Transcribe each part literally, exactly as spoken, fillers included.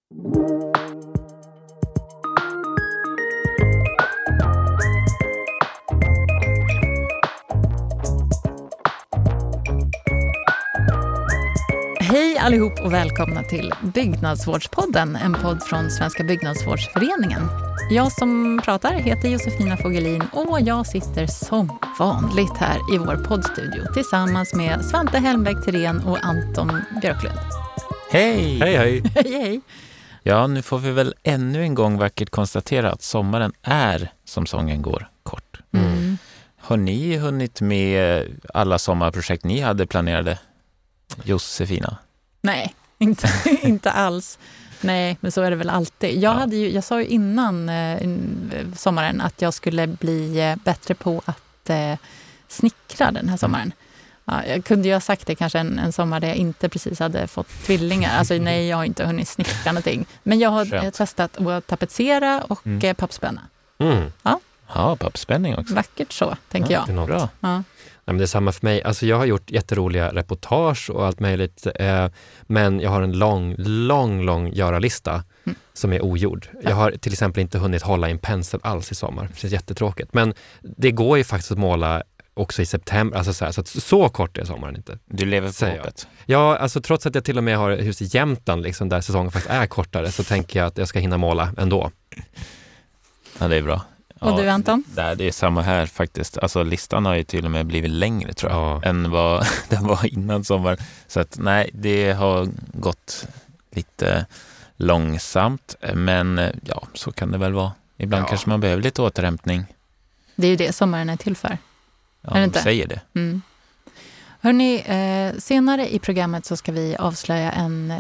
Hej allihop och välkomna till Byggnadsvårdspodden, en podd från Svenska Byggnadsvårdsföreningen. Jag som pratar heter Josefina Fogelin och jag sitter som vanligt här i vår poddstudio tillsammans med Svante Helmberg-Thirén och Anton Björklund. Hej! Hej, hej! Hej, hej! Ja, nu får vi väl ännu en gång vackert konstatera att sommaren är, som sången går, kort. Mm. Har ni hunnit med alla sommarprojekt ni hade planerade, Josefina? Nej, inte, inte alls. Nej, men så är det väl alltid. Jag, Ja. hade ju, jag sa ju innan eh, sommaren att jag skulle bli eh, bättre på att eh, snickra den här sommaren. Ja, jag kunde ju ha sagt det kanske en, en sommar där jag inte precis hade fått tvillingar. Alltså nej, jag har inte hunnit snickra någonting. Men jag har eh, testat att tapetsera och Mm. eh, pappspänna. Mm. Ja, pappspänning också. Vackert så, tänker Ja, jag. Det är något. Bra. Ja. Nej, men det är samma för mig. Alltså jag har gjort jätteroliga reportage och allt möjligt. Eh, men jag har en lång, lång, lång göra-lista Mm. som är ogjord. Jag har till exempel inte hunnit hålla i en pensel alls i sommar. Det är jättetråkigt. Men det går ju faktiskt att måla också i september. Alltså så, här, så, att så kort är sommaren inte. Du lever på Säger jag. hoppet. Ja, alltså trots att jag till och med har hus i Jämtland liksom, där säsongen faktiskt är kortare, så tänker jag att jag ska hinna måla ändå. Ja, det är bra. Och Ja, du, Anton? Det, det är samma här faktiskt. Alltså listan har ju till och med blivit längre tror jag, Ja. än vad den var innan sommar. Så att nej, det har gått lite långsamt. Men ja, så kan det väl vara. Ibland Ja. kanske man behöver lite återhämtning. Det är ju det sommaren är till för. Ja, Är det de inte? säger det. Mm. Hörrni, eh, senare i programmet så ska vi avslöja en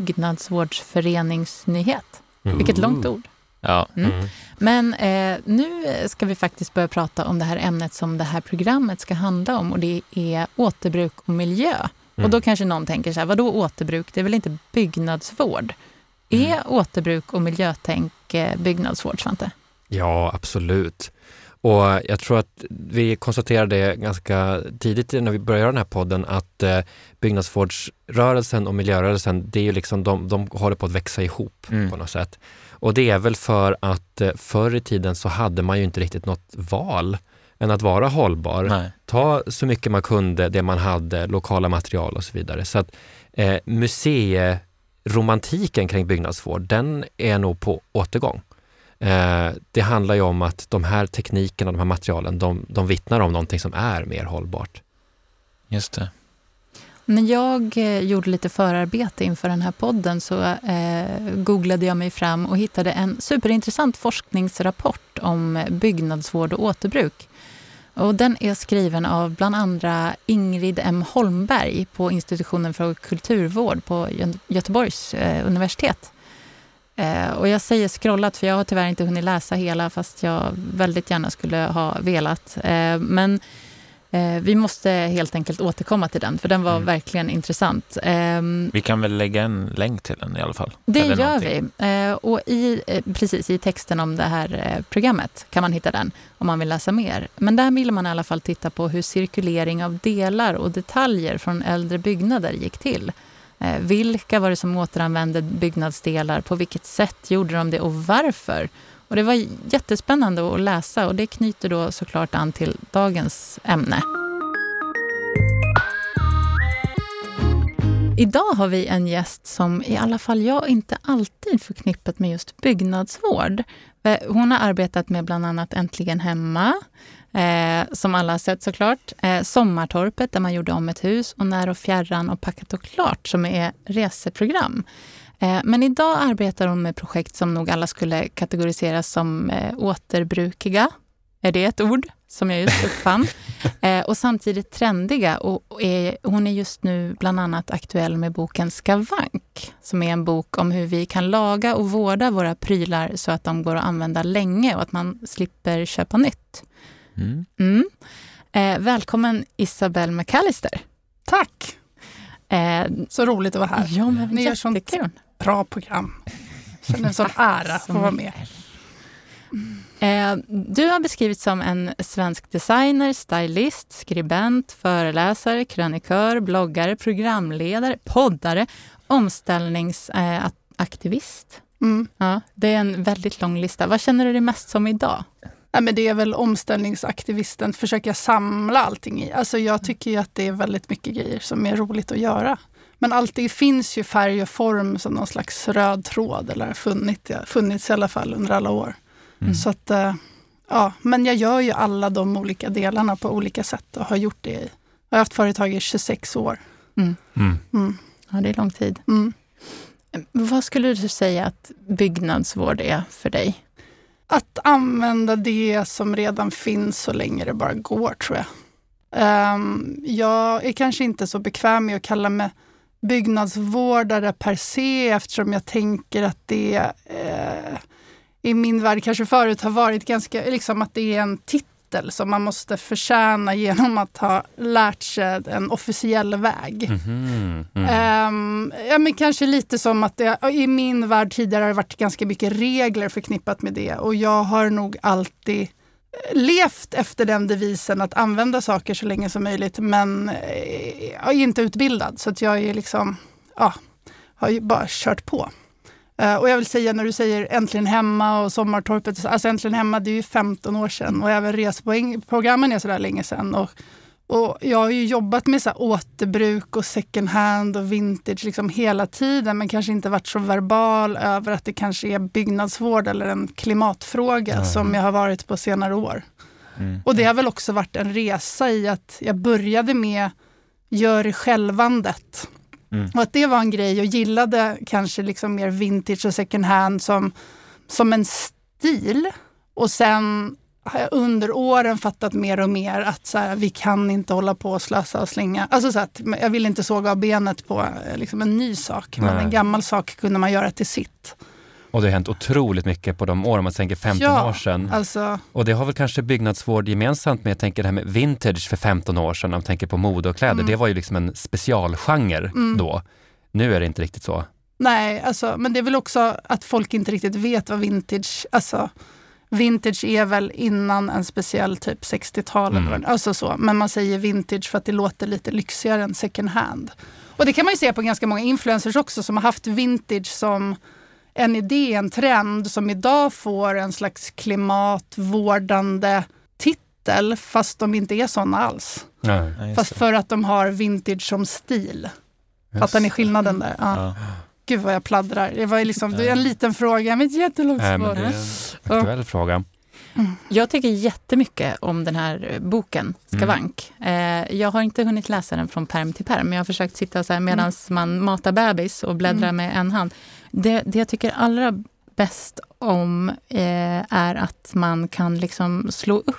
byggnadsvårdsföreningsnyhet. Mm. Vilket långt ord. Ja, Mm. Mm. Men eh, nu ska vi faktiskt börja prata om det här ämnet som det här programmet ska handla om, och det är återbruk och miljö. Mm. Och då kanske någon tänker så här, vadå återbruk? Det är väl inte byggnadsvård? Är Mm. återbruk och miljötänk eh, byggnadsvård, Svante? Ja, absolut. Och jag tror att vi konstaterade ganska tidigt när vi började göra den här podden att eh, byggnadsvårdsrörelsen och miljörörelsen, det är ju liksom, de, de håller på att växa ihop Mm. på något sätt. Och det är väl för att eh, förr i tiden så hade man ju inte riktigt något val än att vara hållbar. nej. Ta så mycket man kunde, det man hade, lokala material och så vidare. Så att eh, museiromantiken kring byggnadsvård, den är nog på återgång. Eh, det handlar ju om att de här teknikerna, de här materialen, de, de vittnar om någonting som är mer hållbart. Just det. När jag eh, gjorde lite förarbete inför den här podden så eh, googlade jag mig fram och hittade en superintressant forskningsrapport om byggnadsvård och återbruk. Och den är skriven av bland andra Ingrid M. Holmberg på Institutionen för kulturvård på Gö- Göteborgs eh, universitet. Eh, och jag säger scrollat för jag har tyvärr inte hunnit läsa hela fast jag väldigt gärna skulle ha velat. Eh, men eh, vi måste helt enkelt återkomma till den för den var Mm. verkligen intressant. Eh, Vi kan väl lägga en länk till den i alla fall. det Eller gör någonting. vi. Eh, och i, eh, precis i texten om det här eh, programmet kan man hitta den om man vill läsa mer. Men där vill man i alla fall titta på hur cirkulering av delar och detaljer från äldre byggnader gick till. Eh, vilka var det som återanvände byggnadsdelar? På vilket sätt gjorde de det och varför? Och det var jättespännande att läsa och det knyter då såklart an till dagens ämne. Idag har vi en gäst som i alla fall jag inte alltid förknippat med just byggnadsvård. Hon har arbetat med bland annat Äntligen hemma, eh, som alla har sett såklart. Eh, Sommartorpet där man gjorde om ett hus och När och fjärran och Packat och klart som är reseprogram. Eh, men idag arbetar hon med projekt som nog alla skulle kategoriseras som eh, återbrukiga. Är det ett ord som jag just uppfann? eh, och samtidigt trendiga. Och, och är, hon är just nu bland annat aktuell med boken Skavank. Som är en bok om hur vi kan laga och vårda våra prylar så att de går att använda länge och att man slipper köpa nytt. Mm. Mm. Eh, välkommen Isabelle McAllister. Tack! Eh, Så roligt att vara här. ja, men Ni gör sånt jättekul. bra program. Känner en sån ära att få vara med. Eh, du har beskrivits som en svensk designer, stylist, skribent, föreläsare, krönikör, bloggare, programledare, poddare, omställningsaktivist. Mm. Ja, det är en väldigt lång lista. Vad känner du dig mest som idag? Nej, men det är väl omställningsaktivisten, försöka samla allting i. Alltså jag tycker ju att det är väldigt mycket grejer som är roligt att göra. Men alltid finns ju färg och form som någon slags röd tråd, eller funnits, funnits i alla fall under alla år. Mm. Så att, ja, men jag gör ju alla de olika delarna på olika sätt och har gjort det i. Jag har haft företag i tjugosex år. Mm. Mm. Mm. Ja, det är lång tid. Mm. Vad skulle du säga att byggnadsvård är för dig? Att använda det som redan finns så länge det bara går, tror jag. Um, jag är kanske inte så bekväm med att kalla mig byggnadsvårdare per se, eftersom jag tänker att det eh, i min värld kanske förut har varit ganska, liksom att det är en titel som man måste förtjäna genom att ha lärt sig en officiell väg. Mm-hmm. Mm. Um, ja, men kanske lite som att det i min värld tidigare har varit ganska mycket regler förknippat med det, och jag har nog alltid levt efter den devisen att använda saker så länge som möjligt, men jag är inte utbildad, så att jag är liksom, ja, har ju bara kört på. Uh, och jag vill säga, när du säger Äntligen hemma och Sommartorpet, alltså Äntligen hemma, det är ju femton år sedan, och även resprogrammen är så där länge sedan, och, och jag har ju jobbat med så här återbruk och second hand och vintage liksom hela tiden, men kanske inte varit så verbal över att det kanske är byggnadsvård eller en klimatfråga mm. som jag har varit på senare år. Mm. Och det har väl också varit en resa i att jag började med gör det självandet. Mm. Och att det var en grej, och gillade kanske liksom mer vintage och second hand som, som en stil. Och sen har jag under åren fattat mer och mer att så här, vi kan inte hålla på och slösa och slänga. Alltså så att jag vill inte såga av benet på liksom en ny sak. Men Nej. en gammal sak kunde man göra till sitt. Och det har hänt otroligt mycket på de år, om man tänker femton ja, år sedan. Alltså, och det har väl kanske byggnadsvård gemensamt med, jag tänker det här med vintage för femton år sedan, om man tänker på mode och kläder. Mm. Det var ju liksom en specialgenre mm. då. Nu är det inte riktigt så. Nej, alltså, men det är väl också att folk inte riktigt vet vad vintage, alltså vintage är väl innan en speciell typ sextiotal mm. alltså så. Men man säger vintage för att det låter lite lyxigare än second hand. Och det kan man ju se på ganska många influencers också som har haft vintage som en idé, en trend som idag får en slags klimatvårdande titel, fast de inte är såna alls. Nej, fast för att de har vintage som stil. Fattar ni skillnaden där? Ja. Ja. Gud vad jag pladdrar. Det var liksom det är en liten fråga, men ett jättelångt svar. Nej, men det är en aktuell ja. fråga. Mm. Jag tycker jättemycket om den här boken, Skavank. Mm. Eh, jag har inte hunnit läsa den från perm till perm, men jag har försökt sitta så här medan mm. man matar bebis och bläddrar mm. med en hand. Det, det jag tycker allra bäst om eh, är att man kan liksom slå upp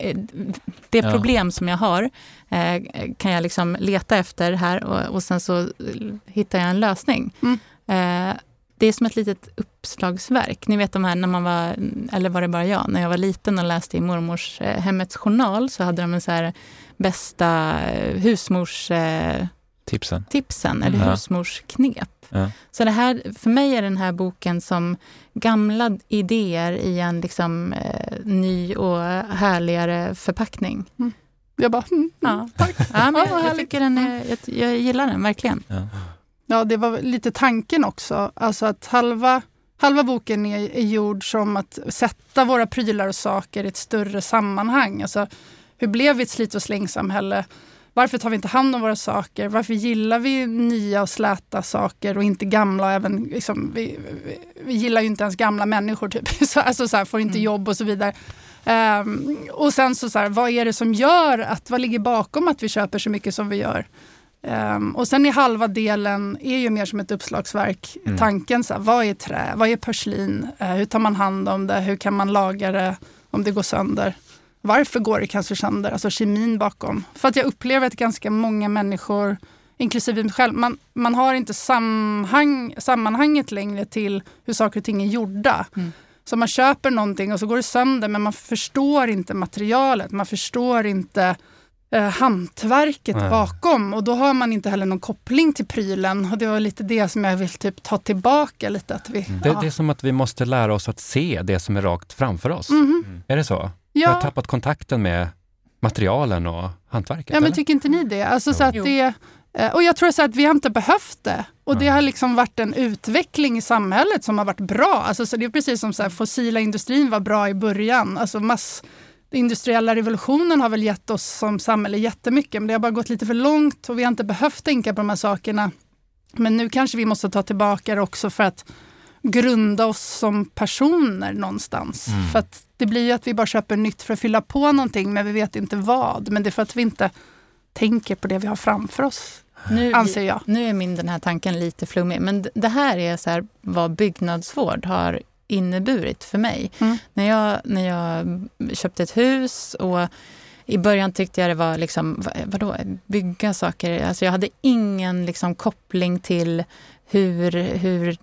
det problem ja. som jag har eh, kan jag liksom leta efter här och, och sen så hittar jag en lösning. Mm. Eh, det är som ett litet uppslagsverk. Ni vet de här när man var, eller var det bara jag, när jag var liten och läste i mormors eh, hemmets journal, så hade de en så här bästa husmors eh, tipsen, tipsen eller mm. husmorsknep. Ja. Så det här, för mig är den här boken som gamla idéer i en liksom eh, ny och härligare förpackning. Mm. Jag bara, mm, ja. tack. Ja, men jag, jag, tycker den är, jag, jag gillar den verkligen. Ja. Ja, det var lite tanken också. Alltså att halva, halva boken är, är gjord som att sätta våra prylar och saker i ett större sammanhang. Alltså, hur blev vi ett slit- och slängsamhälle? Varför tar vi inte hand om våra saker? Varför gillar vi nya och släta saker och inte gamla? Även, liksom, vi, vi, vi gillar ju inte ens gamla människor, typ. Så, alltså, så här, får inte jobb och så vidare. Um, och sen så, så här, vad är det som gör att, vad ligger bakom att vi köper så mycket som vi gör? Um, och sen i halva delen är ju mer som ett uppslagsverk. Mm. Tanken, så här, vad är trä? Vad är porslin? Uh, hur tar man hand om det? Hur kan man laga det om det går sönder? Varför går det kanske sönder? Alltså kemin bakom. För att jag upplever att ganska många människor, inklusive mig själv, man, man har inte sammanhang, sammanhanget längre till hur saker och ting är gjorda. Mm. Så man köper någonting och så går det sönder, men man förstår inte materialet. Man förstår inte eh, hantverket Nej. bakom. Och då har man inte heller någon koppling till prylen. Och det var lite det som jag vill typ ta tillbaka lite. Att vi, det, ja. det är som att vi måste lära oss att se det som är rakt framför oss. Mm-hmm. Mm. Är det så? Ja. Vi har tappat kontakten med materialen och hantverket. Ja, men eller? tycker inte ni det? Alltså, så att det Och jag tror så att vi har inte behövt det. Och det har liksom varit en utveckling i samhället som har varit bra. Alltså, så det är precis som så här, fossila industrin var bra i början. Alltså mass, den industriella revolutionen har väl gett oss som samhälle jättemycket. Men det har bara gått lite för långt och vi har inte behövt tänka på de här sakerna. Men nu kanske vi måste ta tillbaka det också för att grunda oss som personer någonstans. Mm. För att det blir ju att vi bara köper nytt för att fylla på någonting men vi vet inte vad. Men det är för att vi inte tänker på det vi har framför oss. Nu, anser jag. Nu är min den här tanken lite flummig. Men det här är så här vad byggnadsvård har inneburit för mig. Mm. När, jag, när jag köpte ett hus och i början tyckte jag det var liksom, vadå, bygga saker. Alltså jag hade ingen liksom koppling till hur, hur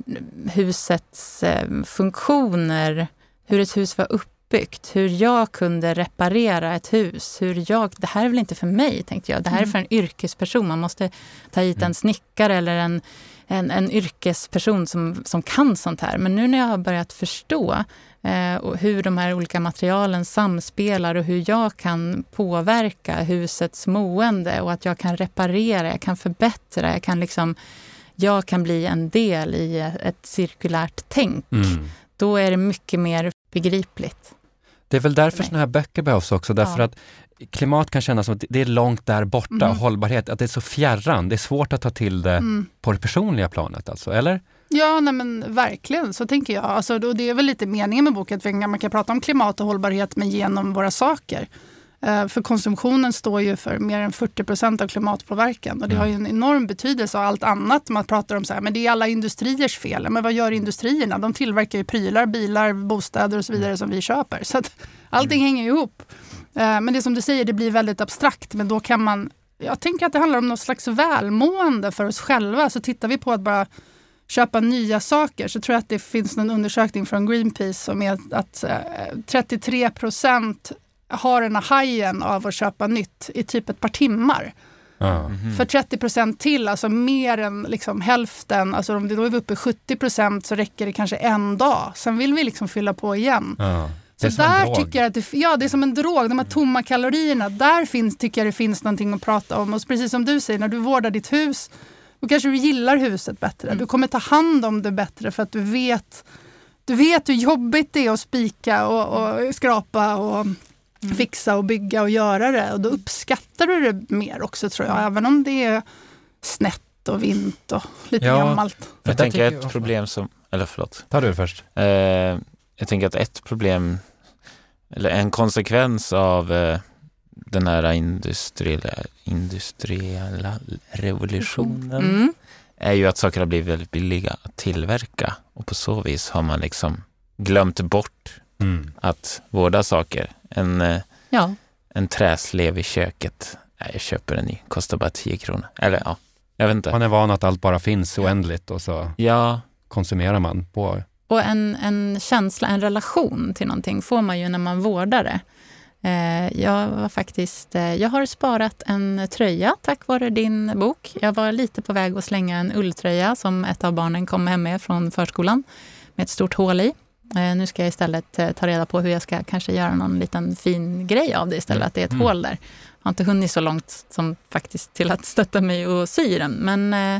husets eh, funktioner, hur ett hus var uppbyggt, hur jag kunde reparera ett hus, hur jag, det här är väl inte för mig, tänkte jag. Det här är för en yrkesperson. Man måste ta hit en snickare eller en, en, en yrkesperson som, som kan sånt här. Men nu när jag har börjat förstå eh, och hur de här olika materialen samspelar och hur jag kan påverka husets mående och att jag kan reparera, jag kan förbättra, jag kan liksom jag kan bli en del i ett cirkulärt tänk. Mm. Då är det mycket mer begripligt. Det är väl därför såna här böcker behövs också. Därför ja. att klimat kan kännas som att det är långt där borta. Mm. Och hållbarhet, att det är så fjärran. Det är svårt att ta till det mm. på det personliga planet alltså, eller? Ja, nej men verkligen. Så tänker jag. Alltså, och det är väl lite meningen med boken att man kan prata om klimat och hållbarhet men genom våra saker. För konsumtionen står ju för mer än fyrtio procent av klimatpåverkan och det har ju en enorm betydelse och allt annat man pratar om så här, men det är alla industriers fel. Men vad gör industrierna? De tillverkar ju prylar, bilar, bostäder och så vidare som vi köper. Så att allting mm. hänger ihop. Men det som du säger, det blir väldigt abstrakt, men då kan man, jag tänker att det handlar om något slags välmående för oss själva. Så tittar vi på att bara köpa nya saker så tror jag att det finns en undersökning från Greenpeace som är att trettiotre procent har den här hajen av att köpa nytt i typ ett par timmar. Mm-hmm. För trettio procent till, alltså mer än liksom hälften, alltså om det då är vi uppe i sjuttio procent så räcker det kanske en dag. Sen vill vi liksom fylla på igen. Ja. Så där tycker jag att det, ja, det är som en drog, de här tomma kalorierna, där finns, tycker jag det finns någonting att prata om. Och precis som du säger, när du vårdar ditt hus, då kanske du gillar huset bättre. Mm. Du kommer ta hand om det bättre för att du vet, du vet hur jobbigt det är att spika och, och skrapa och Mm. fixa och bygga och göra det. Och då uppskattar du det mer också, tror jag. Även om det är snett och vint och lite ja, gammalt. Jag, jag tänker ett problem som... Eller förlåt. Ta du först. Eh, jag tänker att ett problem, eller en konsekvens av eh, den här industriella, industriella revolutionen mm. är ju att saker har blivit väldigt billiga att tillverka. Och på så vis har man liksom glömt bort mm. att vårda saker. En, ja. en träslev i köket. Nej, jag köper en ny. Kostar bara tio kronor. Eller ja, jag vet inte. Man är van att allt bara finns oändligt och så ja. konsumerar man på. Och en, en känsla, en relation till någonting får man ju när man vårdar det. Eh, jag var faktiskt, eh, jag har sparat en tröja tack vare din bok. Jag var lite på väg att slänga en ulltröja som ett av barnen kom hem med från förskolan med ett stort hål i. Eh, nu ska jag istället eh, ta reda på hur jag ska kanske göra någon liten fin grej av det istället. Mm. Att det är ett mm. hål där. Jag har inte hunnit så långt som faktiskt till att stötta mig och sy den. Men eh,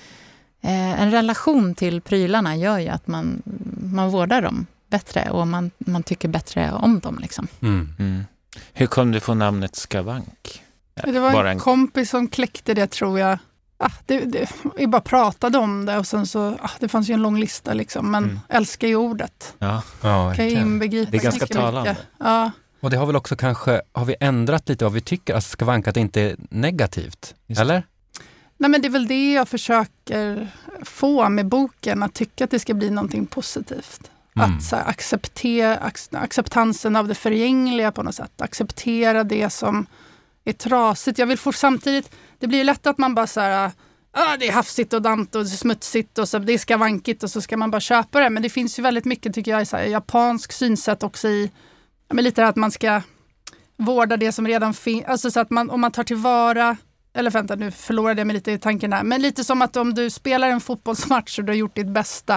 eh, en relation till prylarna gör ju att man, man vårdar dem bättre. Och man, man tycker bättre om dem liksom. Mm. Mm. Hur kom du få namnet Skavank? Det var bara en, en kompis som kläckte det, tror jag. Ah, det, det, vi bara pratade om det och sen så, ah, det fanns ju en lång lista liksom, men mm. älskar ju ordet. Ja, ja kan ju inbegripa det är ganska talande. Ja. Och det har väl också kanske, har vi ändrat lite vad vi tycker, alltså skavank, att det inte är negativt, just eller? Nej, men det är väl det jag försöker få med boken, att tycka att det ska bli någonting positivt. Mm. Att så här, acceptera, acceptansen av det förgängliga på något sätt, acceptera det som är trasigt. Jag vill få samtidigt, det blir ju lätt att man bara så här, ah, det är hafsigt och damt och smutsigt och så, det är skavankigt och så ska man bara köpa det. Men det finns ju väldigt mycket, tycker jag, i så här, japansk synsätt också i, ja, men lite att man ska vårda det som redan finns. Alltså så att man, om man tar tillvara, eller vänta, nu förlorade jag mig lite i tanken där. Men lite som att om du spelar en fotbollsmatch och du har gjort ditt bästa,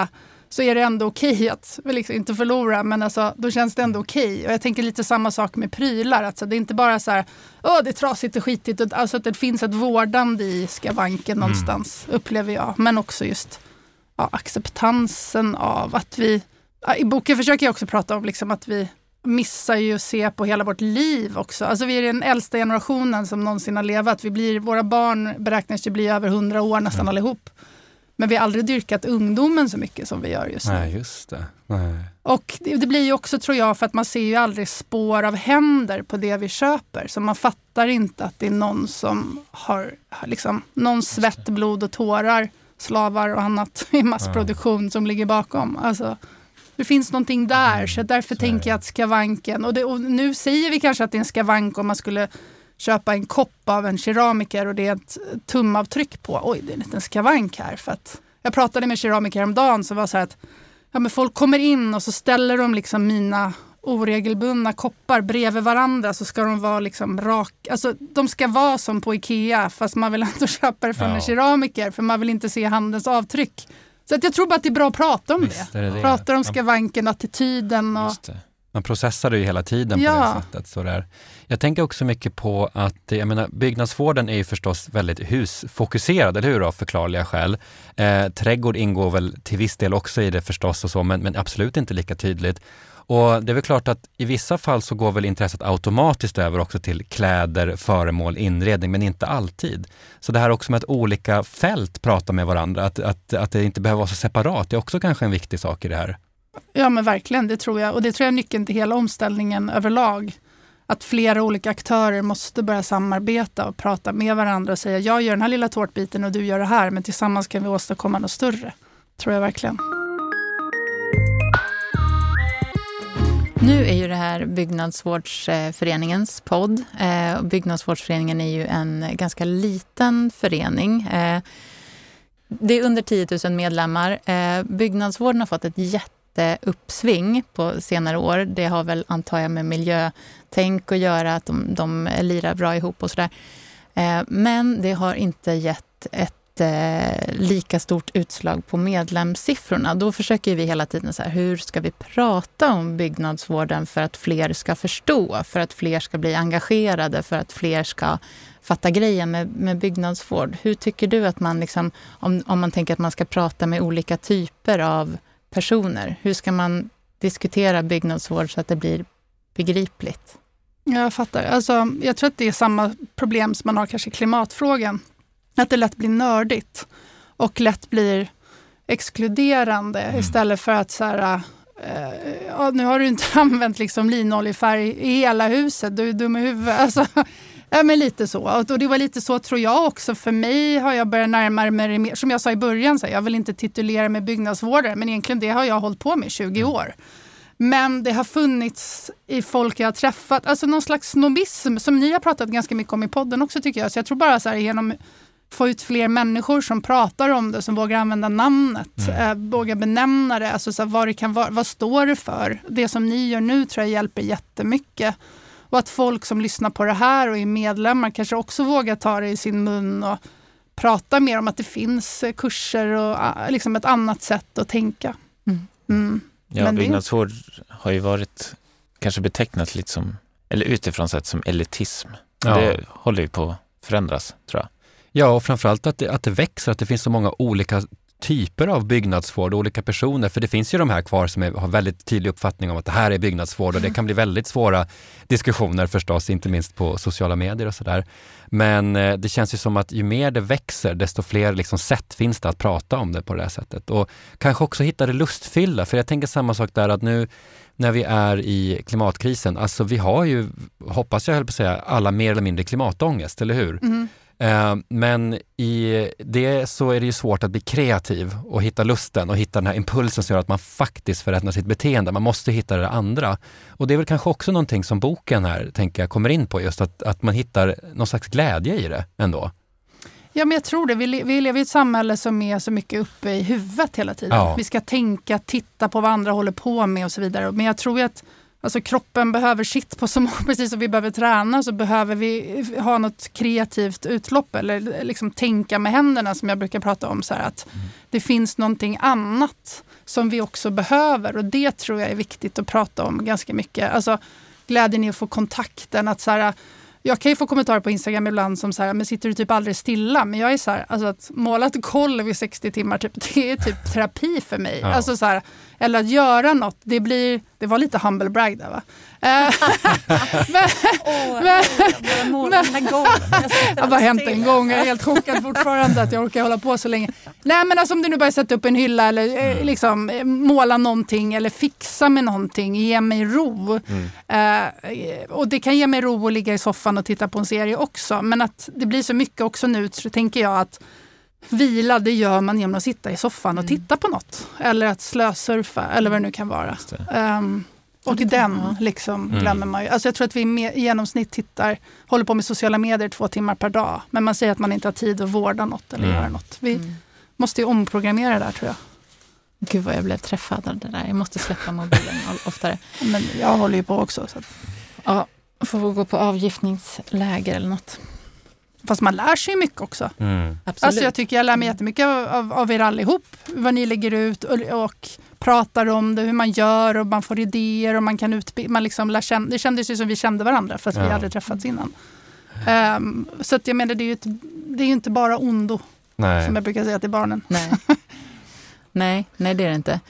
så är det ändå okej okay att liksom inte förlora, men alltså, då känns det ändå okej. Okay. Och jag tänker lite samma sak med prylar. Alltså, det är inte bara så här, åh det är trasigt och skitigt. Alltså att det finns ett vårdande i skavanken mm. någonstans, upplever jag. Men också just ja, acceptansen av att vi... Ja, i boken försöker jag också prata om liksom, att vi missar ju att se på hela vårt liv också. Alltså vi är den äldsta generationen som någonsin har levat. Vi blir, våra barn beräknas ju bli över hundra år nästan mm. allihop. Men vi har aldrig dyrkat ungdomen så mycket som vi gör just nu. Nej, just det. Nej. Och det, det blir ju också, tror jag, för att man ser ju aldrig spår av händer på det vi köper. Så man fattar inte att det är någon som har, har liksom, någon svett, blod och tårar, slavar och annat i massproduktion ja. som ligger bakom. Alltså, det finns någonting där, mm, så därför så tänker jag att skavanken, och, det, och nu säger vi kanske att det är en skavank om man skulle köpa en kopp av en keramiker och det är ett tumavtryck på. Oj, det är en liten skavank här. För att jag pratade med keramiker häromdagen som var så här att ja, men folk kommer in och så ställer de liksom mina oregelbundna koppar bredvid varandra, så ska de vara liksom rak. Alltså de ska vara som på Ikea, fast man vill ändå köpa det från ja. en keramiker för man vill inte se handens avtryck. Så att jag tror bara att det är bra att prata om det. det, det. Prata om skavanken, attityden och... Man processar det ju hela tiden ja. på det sättet. Sådär. Jag tänker också mycket på att jag menar, byggnadsvården är ju förstås väldigt husfokuserad, eller hur, av förklarliga skäl. Eh, trädgård ingår väl till viss del också i det förstås och så, men, men absolut inte lika tydligt. Och det är väl klart att i vissa fall så går väl intresset automatiskt över också till kläder, föremål, inredning, men inte alltid. Så det här också med att olika fält pratar med varandra, att, att, att det inte behöver vara så separat, det är också kanske en viktig sak i det här. Ja men verkligen, det tror jag. Och det tror jag är nyckeln till hela omställningen överlag. Att flera olika aktörer måste börja samarbeta och prata med varandra och säga jag gör den här lilla tårtbiten och du gör det här, men tillsammans kan vi åstadkomma något större. Tror jag verkligen. Nu är ju det här Byggnadsvårdsföreningens podd. Byggnadsvårdsföreningen är ju en ganska liten förening. Det är under tio tusen medlemmar. Byggnadsvården har fått ett jätteuppsving på senare år. Det har väl, antar jag, med miljötänk att göra, att de, de lirar bra ihop och sådär. Men det har inte gett ett lika stort utslag på medlemssiffrorna. Då försöker vi hela tiden så här, hur ska vi prata om byggnadsvården för att fler ska förstå, för att fler ska bli engagerade, för att fler ska fatta grejen med, med byggnadsvård. Hur tycker du att man liksom, om, om man tänker att man ska prata med olika typer av personer, hur ska man diskutera byggnadsvård så att det blir begripligt? Jag fattar. Alltså, jag tror att det är samma problem som man har kanske i klimatfrågan. Att det lätt blir nördigt och lätt blir exkluderande mm. istället för att så här, eh, ja, nu har du inte använt liksom linoljefärg i hela huset, du är dum i huvudet. Alltså, ja, men lite så. Och det var lite så tror jag också. För mig har jag börjat närmare mig det mer, som jag sa i början, så här, jag vill inte titulera mig byggnadsvårdare, men egentligen det har jag hållit på med i tjugo år. Men det har funnits i folk jag har träffat, alltså någon slags snobism som ni har pratat ganska mycket om i podden också tycker jag. Så jag tror bara så här, genom få ut fler människor som pratar om det, som vågar använda namnet, mm. äh, vågar benämna det, alltså så här, vad det kan vara, vad står det för? Det som ni gör nu tror jag hjälper jättemycket. Och att folk som lyssnar på det här och är medlemmar kanske också vågar ta det i sin mun och prata mer om att det finns kurser och liksom ett annat sätt att tänka. Mm. Mm. Ja, Men byggnadsvård det... har ju varit kanske betecknat lite som, eller utifrån sett som elitism. Ja. Det håller ju på att förändras, tror jag. Ja, och framförallt att det, att det växer, att det finns så många olika typer av byggnadsvård, olika personer, för det finns ju de här kvar som är, har väldigt tydlig uppfattning om att det här är byggnadsvård och det kan bli väldigt svåra diskussioner förstås, inte minst på sociala medier och sådär. Men eh, det känns ju som att ju mer det växer, desto fler liksom sätt finns det att prata om det på det här sättet. Och kanske också hitta det lustfyllda, för jag tänker samma sak där att nu när vi är i klimatkrisen, alltså vi har ju, hoppas jag höll på att säga, alla mer eller mindre klimatångest, eller hur? Mm. Men i det så är det ju svårt att bli kreativ och hitta lusten och hitta den här impulsen som gör att man faktiskt förändrar sitt beteende. Man måste hitta det andra. Och det är väl kanske också någonting som boken här, tänker jag, kommer in på, just att, att man hittar någon slags glädje i det ändå. Ja, men jag tror det. Vi, le- vi lever i ett samhälle som är så mycket uppe i huvudet hela tiden. Ja. Vi ska tänka, titta på vad andra håller på med och så vidare. Men jag tror att alltså kroppen behöver sitt på så många, precis som vi behöver träna, så behöver vi ha något kreativt utlopp eller liksom tänka med händerna, som jag brukar prata om, så här, att mm. det finns någonting annat som vi också behöver. Och det tror jag är viktigt att prata om ganska mycket. Alltså glädjen i att få kontakten. Att så här, jag kan ju få kommentarer på Instagram ibland som så här, men sitter du typ aldrig stilla? Men jag är så här, alltså att måla ett golv i sextio timmar, typ, det är typ terapi för mig. Ja. Alltså så här, eller att göra något, det blir, det var lite humble brag där va? men, Åh, men, jag målar den här golven. det har bara hänt en gång, jag är helt chockad fortfarande att jag orkar hålla på så länge. Nej men alltså om du nu bara sätter upp en hylla eller eh, liksom eh, måla någonting eller fixa med någonting, ge mig ro. Mm. Eh, och det kan ge mig ro att ligga i soffan och titta på en serie också. Men att det blir så mycket också nu, så tänker jag att vila, det gör man genom att sitta i soffan och titta på något. Eller att slösurfa, eller vad det nu kan vara. Um, och den liksom Mm. glömmer man ju. Alltså jag tror att vi med, i genomsnitt tittar, håller på med sociala medier två timmar per dag. Men man säger att man inte har tid att vårda något eller Mm. göra något. Vi Mm. måste ju omprogrammera det där tror jag. Gud vad jag blev träffad av det där. Jag måste släppa mobilen oftare. Men jag håller ju på också. Så att, Ja, får gå på avgiftningsläger eller något. fast man lär sig mycket också. Mm. Absolut. Alltså jag tycker jag lär mig jättemycket av, av, av er allihop. Vad ni lägger ut och, och pratar om det, hur man gör och man får idéer och man kan utbilda. Man liksom lär känna, det kändes ju som vi kände varandra för att vi Ja. hade träffats innan. Um, så att jag menar, det är ju, ett, det är ju inte bara ondo Nej. som jag brukar säga till barnen. Nej. nej, nej det är det inte.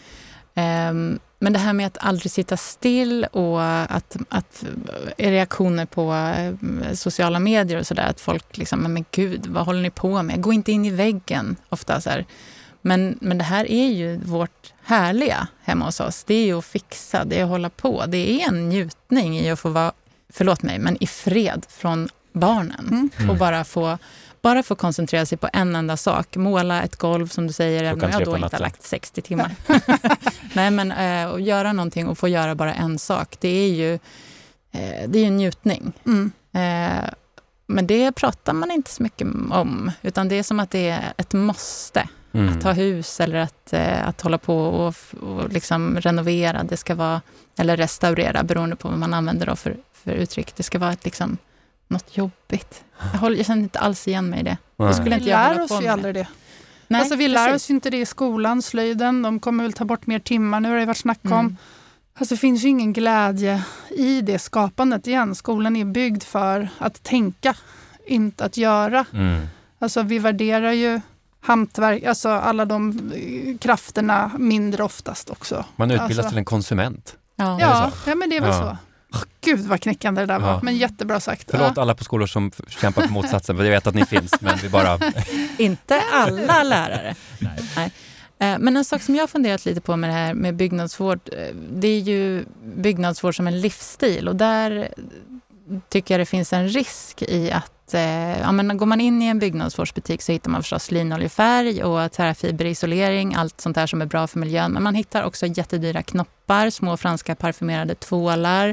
Um, men det här med att aldrig sitta still och att, att reaktioner på eh, sociala medier och sådär, att folk liksom, men gud, vad håller ni på med? Gå inte in i väggen, ofta så här. Men, men det här är ju vårt härliga hemma hos oss. Det är ju att fixa, det är att hålla på. Det är en njutning i att få vara, förlåt mig, men i fred från barnen. Mm. Och bara få, bara få koncentrera sig på en enda sak. Måla ett golv som du säger, även om jag då inte har lagt sextio timmar. Nej, men äh, att göra någonting och få göra bara en sak. Det är ju, äh, det är ju en njutning. Mm. Äh, men det pratar man inte så mycket om. Utan det är som att det är ett måste. Mm. Att ha hus eller att, eh, att hålla på och, och liksom renovera. Det ska vara, eller restaurera, beroende på vad man använder då för, för uttryck. Det ska vara ett, liksom, något jobbigt. Jag, håller, jag känner inte alls igen mig i det. Nej. Det skulle Vi inte jag lär hålla oss på ju med. aldrig det. Nej, alltså vi lär precis. oss ju inte det i skolan, slöjden. De kommer väl ta bort mer timmar. Nu har det varit snack om. Mm. Alltså det finns ju ingen glädje i det skapandet igen. Skolan är byggd för att tänka, inte att göra. Mm. Alltså vi värderar ju hantverk, alltså alla de eh, krafterna mindre oftast också. Man utbildas Alltså, till en konsument. Ja. det ja, så? ja, men det är väl Ja. så. Oh, Gud vad knäckande det där var, Ja. men jättebra sagt. Förlåt Ja. alla på skolor som f- kämpar för motsatsen, för jag vet att ni finns, men vi bara... Inte alla lärare. Nej. Nej. Eh, Men en sak som jag har funderat lite på med det här med byggnadsvård, eh, det är ju byggnadsvård som en livsstil. Och där tycker jag det finns en risk i att eh, ja, men går man in i en byggnadsvårdsbutik så hittar man förstås linoljefärg och träfiberisolering, allt sånt där som är bra för miljön. Men man hittar också jättedyra knoppar, små franska parfymerade tvålar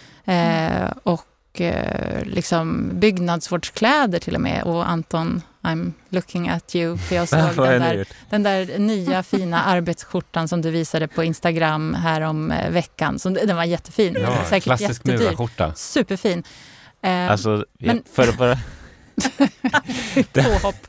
eh, och eh, liksom byggnadsvårdskläder till och med. Och Anton, I'm looking at you, för jag såg Vad har den ni där, gjort? den där nya fina arbetsskjortan som du visade på Instagram här om eh, veckan. Så den var jättefin, Ja, säkert klassisk jättedyr. murarskjorta. Superfin. Eh, Alltså, Men- för att bara... påhopp.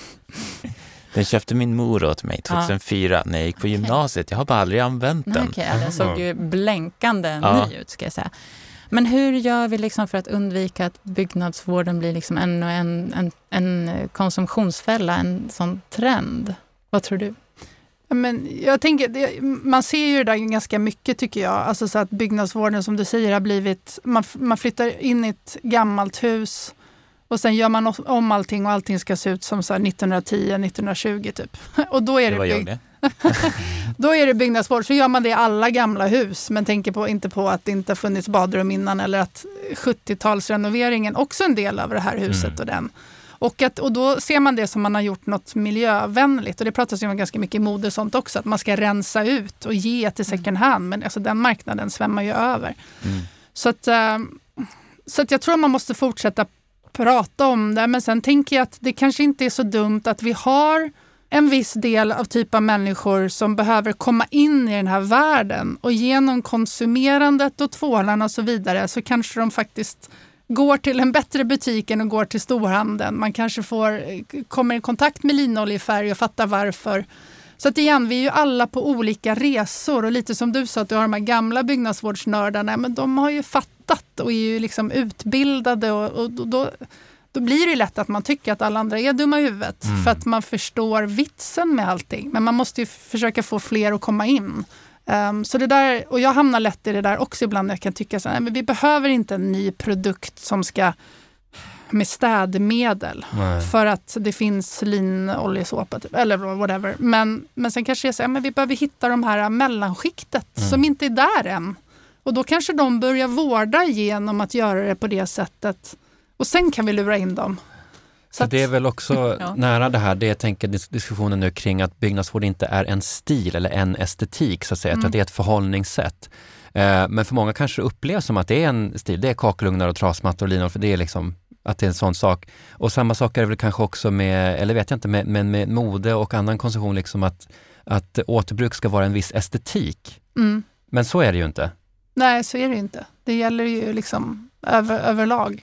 Den köpte min mor åt mig tjugohundrafyra när jag gick på gymnasiet. Jag har bara aldrig använt Nej, den. okej, den såg ju blänkande Ja. ny ut, ska jag säga. Men hur gör vi liksom för att undvika att byggnadsvården blir liksom ännu en, en, en konsumtionsfälla, en sån trend? Vad tror du? Ja, men jag tänker, det, man ser ju det där ganska mycket tycker jag. Alltså så att byggnadsvården som du säger har blivit, man, man flyttar in i ett gammalt hus och sen gör man om allting och allting ska se ut som så här nittonhundratio nittonhundratjugo typ. Och då är Det det, var jag bygg, det. då är det byggnadsvård. Så gör man det i alla gamla hus men tänker på, inte på att det inte har funnits badrum innan eller att sjuttiotalsrenoveringen också är en del av det här huset Mm. och den. Och, att, och då ser man det som man har gjort något miljövänligt. Och det pratas ju om ganska mycket i mode och sånt också. Att man ska rensa ut och ge till second hand. Men alltså den marknaden svämmar ju över. Mm. Så, att, äh, så att jag tror man måste fortsätta prata om det. Men sen tänker jag att det kanske inte är så dumt att vi har en viss del av typ av människor som behöver komma in i den här världen. Och genom konsumerandet och tvålarna och så vidare så kanske de faktiskt går till en bättre butik än och går till storhandeln. Man kanske får, kommer i kontakt med linoljefärg och fattar varför. Så att igen, vi är ju alla på olika resor och lite som du sa att du har de här gamla byggnadsvårdsnördarna, men de har ju fattat och är ju liksom utbildade och, och då, då blir det ju lätt att man tycker att alla andra är dumma i huvudet mm. för att man förstår vitsen med allting. Men man måste ju försöka få fler att komma in. Um, så det där, och jag hamnar lätt i det där också ibland när jag kan tycka så här, nej, men vi behöver inte en ny produkt som ska med städmedel nej. För att det finns linoljesåpa typ, eller whatever. Men, men sen kanske jag säger, men vi behöver hitta de här mellanskiktet mm. som inte är där än. Och då kanske de börjar vårda genom att göra det på det sättet. Och sen kan vi lura in dem. Så att, det är väl också ja. nära det här, det jag tänker diskussionen nu kring att byggnadsvård inte är en stil eller en estetik så att säga, mm. att det är ett förhållningssätt. Eh, men för många kanske det upplevs som att det är en stil, det är kakelugnar och trasmattor och linor, för det är liksom att det är en sån sak. Och samma sak är det väl kanske också med, eller vet jag inte, med, med, med mode och annan konsumtion, liksom att, att återbruk ska vara en viss estetik. Mm. Men så är det ju inte. Nej, så är det inte. Det gäller ju liksom över, överlag.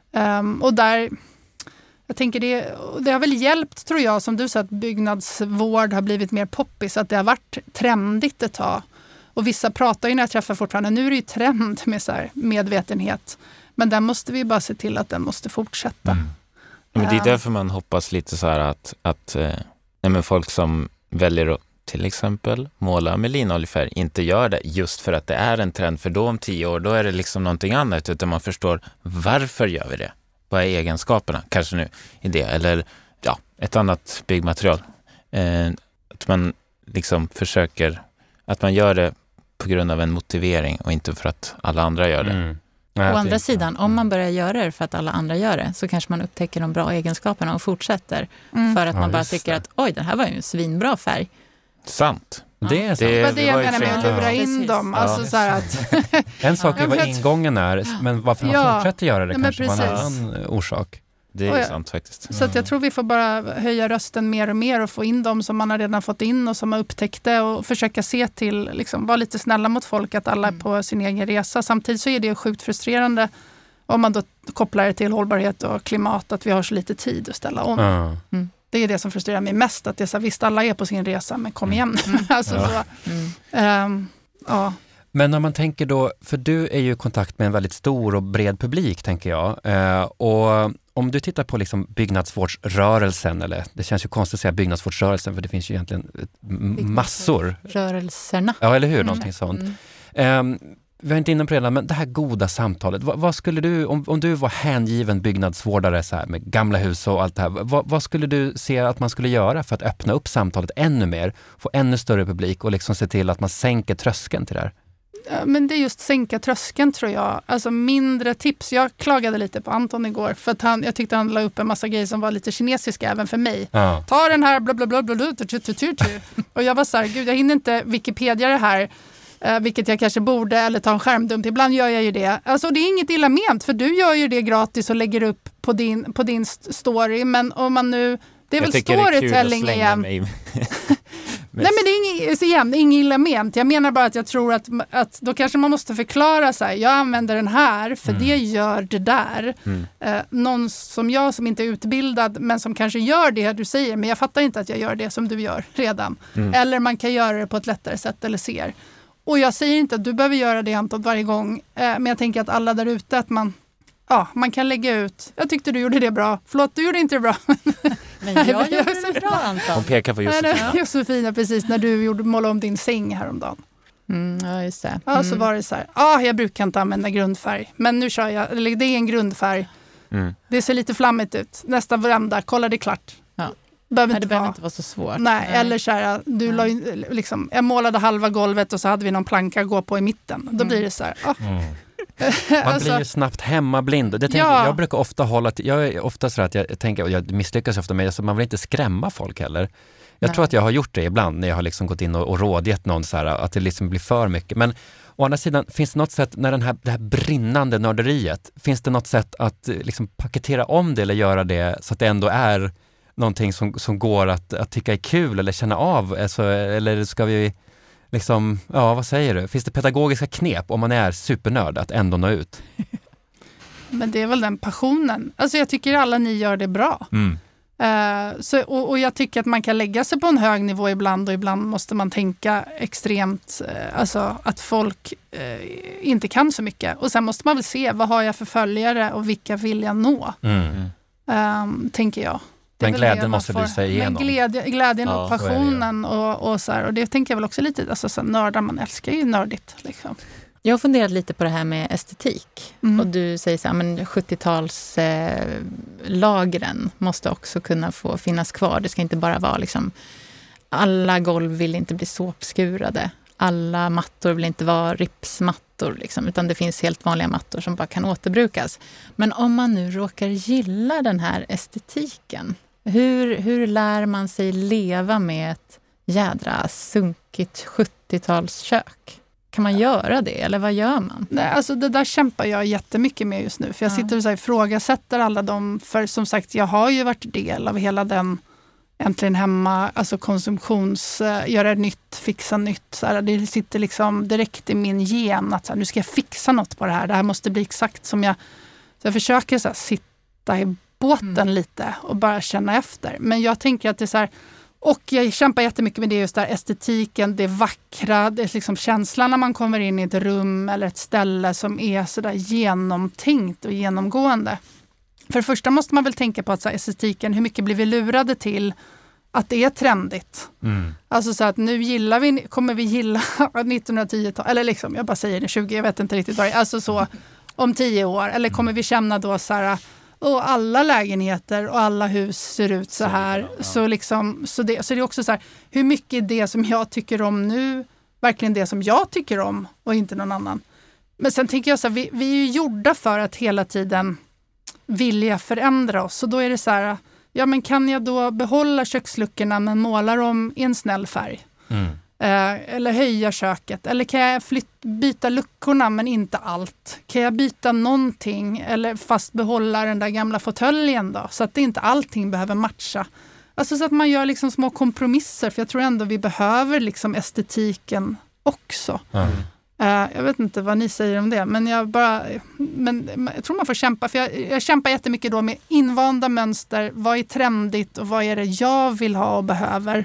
Um, och där... Jag tänker det, det har väl hjälpt, tror jag, som du sa, att byggnadsvård har blivit mer poppis, att det har varit trendigt ett tag. Och vissa pratar ju när jag träffar fortfarande, nu är det ju trend med så här medvetenhet. Men där måste vi bara se till att den måste fortsätta. Mm. Men det är därför man hoppas lite så här att, att eh, nej men folk som väljer att till exempel måla med linoljefärg inte gör det just för att det är en trend, för då om tio år då är det liksom någonting annat, utan man förstår varför gör vi det? Vad är egenskaperna kanske nu i det, eller ja, ett annat byggmaterial. Eh, att man liksom försöker, att man gör det på grund av en motivering och inte för att alla andra gör det. Mm. Å andra sidan, om man börjar göra det för att alla andra gör det, så kanske man upptäcker de bra egenskaperna och fortsätter. Mm. För att man ja, bara tycker det. att oj, den här var ju en svinbra färg. Sant. Ja. Det är sant. Det, det, det jag menar med att lura in ja. dem. Alltså, ja. så här att en sak är vad ingången är, men varför man ja. fortsätter göra det ja, kanske var en annan orsak. Det är sant faktiskt. Så att jag tror vi får bara höja rösten mer och mer och få in dem som man har redan fått in och som har upptäckt det, och försöka se till, liksom, vara lite snälla mot folk, att alla är på sin egen resa. Samtidigt så är det sjukt frustrerande om man då kopplar det till hållbarhet och klimat, att vi har så lite tid att ställa om. Mm. Mm. Det är det som frustrerar mig mest, att det är så, visst alla är på sin resa, men kom igen. Mm. alltså, ja. Så, mm. um, ja. Men när man tänker då, för du är ju i kontakt med en väldigt stor och bred publik, tänker jag. Eh, och om du tittar på liksom byggnadsvårdsrörelsen, eller det känns ju konstigt att säga byggnadsvårdsrörelsen, för det finns ju egentligen massor. Rörelserna. Ja, eller hur? Mm. Någonting sånt. Mm. Eh, vi har inte inne på det redan, men det här goda samtalet. Vad, vad skulle du, om, om du var hängiven byggnadsvårdare så här, med gamla hus och allt det här, vad, vad skulle du se att man skulle göra för att öppna upp samtalet ännu mer, få ännu större publik och liksom se till att man sänker tröskeln till det här? Men det är just sänka tröskeln, tror jag. Alltså mindre tips. Jag klagade lite på Anton igår för att han, jag tyckte han la upp en massa grejer som var lite kinesiska även för mig. Ja. Ta den här bla bla bla bla, bla tu, tu, tu, tu. Och jag var så här, gud, jag hinner inte Wikipedia det här, eh, vilket jag kanske borde, eller ta en skärmdump. Ibland gör jag ju det. Alltså det är inget illa ment, för du gör ju det gratis och lägger upp på din, på din story. Men om man nu, det är jag väl storytelling igen. Nej, men det är inget, igen, inget illa ment. Jag menar bara att jag tror att, att då kanske man måste förklara så här, jag använder den här för mm. det gör det där. Mm. Eh, någon som jag som inte är utbildad men som kanske gör det du säger, men jag fattar inte att jag gör det som du gör redan. Mm. Eller man kan göra det på ett lättare sätt eller ser. Och jag säger inte att du behöver göra det, Anton, varje gång. Eh, men jag tänker att alla där ute, att man Ja, man kan lägga ut. Jag tyckte du gjorde det bra. Förlåt, du gjorde inte det bra. Men jag gjorde det bra, Anton. Hon pekar på Josefina. Ja. Josefina, precis, när du gjorde, målade om din säng häromdagen. Mm, ja, just det. Mm. Ja, så var det så här. Ja, jag brukar inte använda grundfärg. Men nu kör jag, eller det är en grundfärg. Mm. Det ser lite flammigt ut. Nästa varenda, kolla det är klart. Ja. Behöver Nej, inte det behöver vara. inte vara så svårt. Nej, Nej. eller så här, du la, liksom, jag målade halva golvet och så hade vi någon planka att gå på i mitten. Då mm. blir det så här, ah. mm. Man alltså, blir ju snabbt hemmablind. Det tänker, ja. Jag brukar ofta hålla till, jag är ofta så att jag tänker, och jag misslyckas ofta med, så man vill inte skrämma folk heller. Jag Nej. tror att jag har gjort det ibland när jag har liksom gått in och, och rådgett någon så här, att det liksom blir för mycket. Men å andra sidan, finns det något sätt när den här, det här brinnande nörderiet, finns det något sätt att liksom paketera om det eller göra det så att det ändå är någonting som, som går att, att tycka är kul eller känna av? Alltså, eller ska vi liksom, ja, vad säger du? Finns det pedagogiska knep om man är supernörd att ändå nå ut? Men det är väl den passionen. Alltså jag tycker alla ni gör det bra. Mm. Uh, så, och, och jag tycker att man kan lägga sig på en hög nivå ibland och ibland måste man tänka extremt, uh, alltså att folk uh, inte kan så mycket. Och sen måste man väl se, vad har jag för följare och vilka vill jag nå? Mm. Um, tänker jag. Men glädjen måste lysa igenom. Men glädje, glädjen ja, och passionen och, och så här. Och det tänker jag väl också lite, alltså så nördar, man älskar ju nördigt liksom. Jag har funderat lite på det här med estetik. Mm. Och du säger så här, men sjuttiotalslagren eh, måste också kunna få finnas kvar. Det ska inte bara vara liksom, alla golv vill inte bli såpskurade. Alla mattor vill inte vara ripsmattor. Liksom, utan det finns helt vanliga mattor som bara kan återbrukas. Men om man nu råkar gilla den här estetiken. Hur, hur lär man sig leva med ett jädra sunkigt sjuttiotalskök? Kan man göra det eller vad gör man? Nej, alltså det där kämpar jag jättemycket med just nu. För jag Ja. sitter och så här ifrågasätter alla dem. För som sagt, jag har ju varit del av hela den äntligen hemma, alltså konsumtions, uh, göra nytt, fixa nytt. Så här, det sitter liksom direkt i min gen att så här, nu ska jag fixa något på det här. Det här måste bli exakt som jag... Så jag försöker så här, sitta i båten mm. lite och bara känna efter. Men jag tänker att det är så här... Och jag kämpar jättemycket med det just där estetiken, det vackra, det är liksom känslan när man kommer in i ett rum eller ett ställe som är sådär genomtänkt och genomgående. För det första måste man väl tänka på att så här, estetiken, hur mycket blir vi lurade till att det är trendigt? Mm. Alltså så att nu gillar vi, kommer vi gilla nittonhundratio-talet, eller liksom, jag bara säger det, tjugo, jag vet inte riktigt vad det är, alltså så om tio år, eller kommer vi känna då så här, och alla lägenheter och alla hus ser ut så här. Ja. Så, liksom, så, det, så det är också så här, hur mycket är det som jag tycker om nu verkligen det som jag tycker om och inte någon annan. Men sen tänker jag så här, vi, vi är ju gjorda för att hela tiden vilja förändra oss. Så då är det så här, ja men kan jag då behålla köksluckorna men måla dem i en snäll färg? Mm. Eh, eller höja köket. Eller kan jag flyt- byta luckorna men inte allt? Kan jag byta någonting eller fast behålla den där gamla fåtöljen då? Så att det inte allting behöver matcha. Alltså så att man gör liksom små kompromisser. För jag tror ändå vi behöver liksom estetiken också. Mm. Eh, jag vet inte vad ni säger om det. Men jag bara... Men jag tror man får kämpa. För jag, jag kämpar jättemycket då med invanda mönster. Vad är trendigt och vad är det jag vill ha och behöver?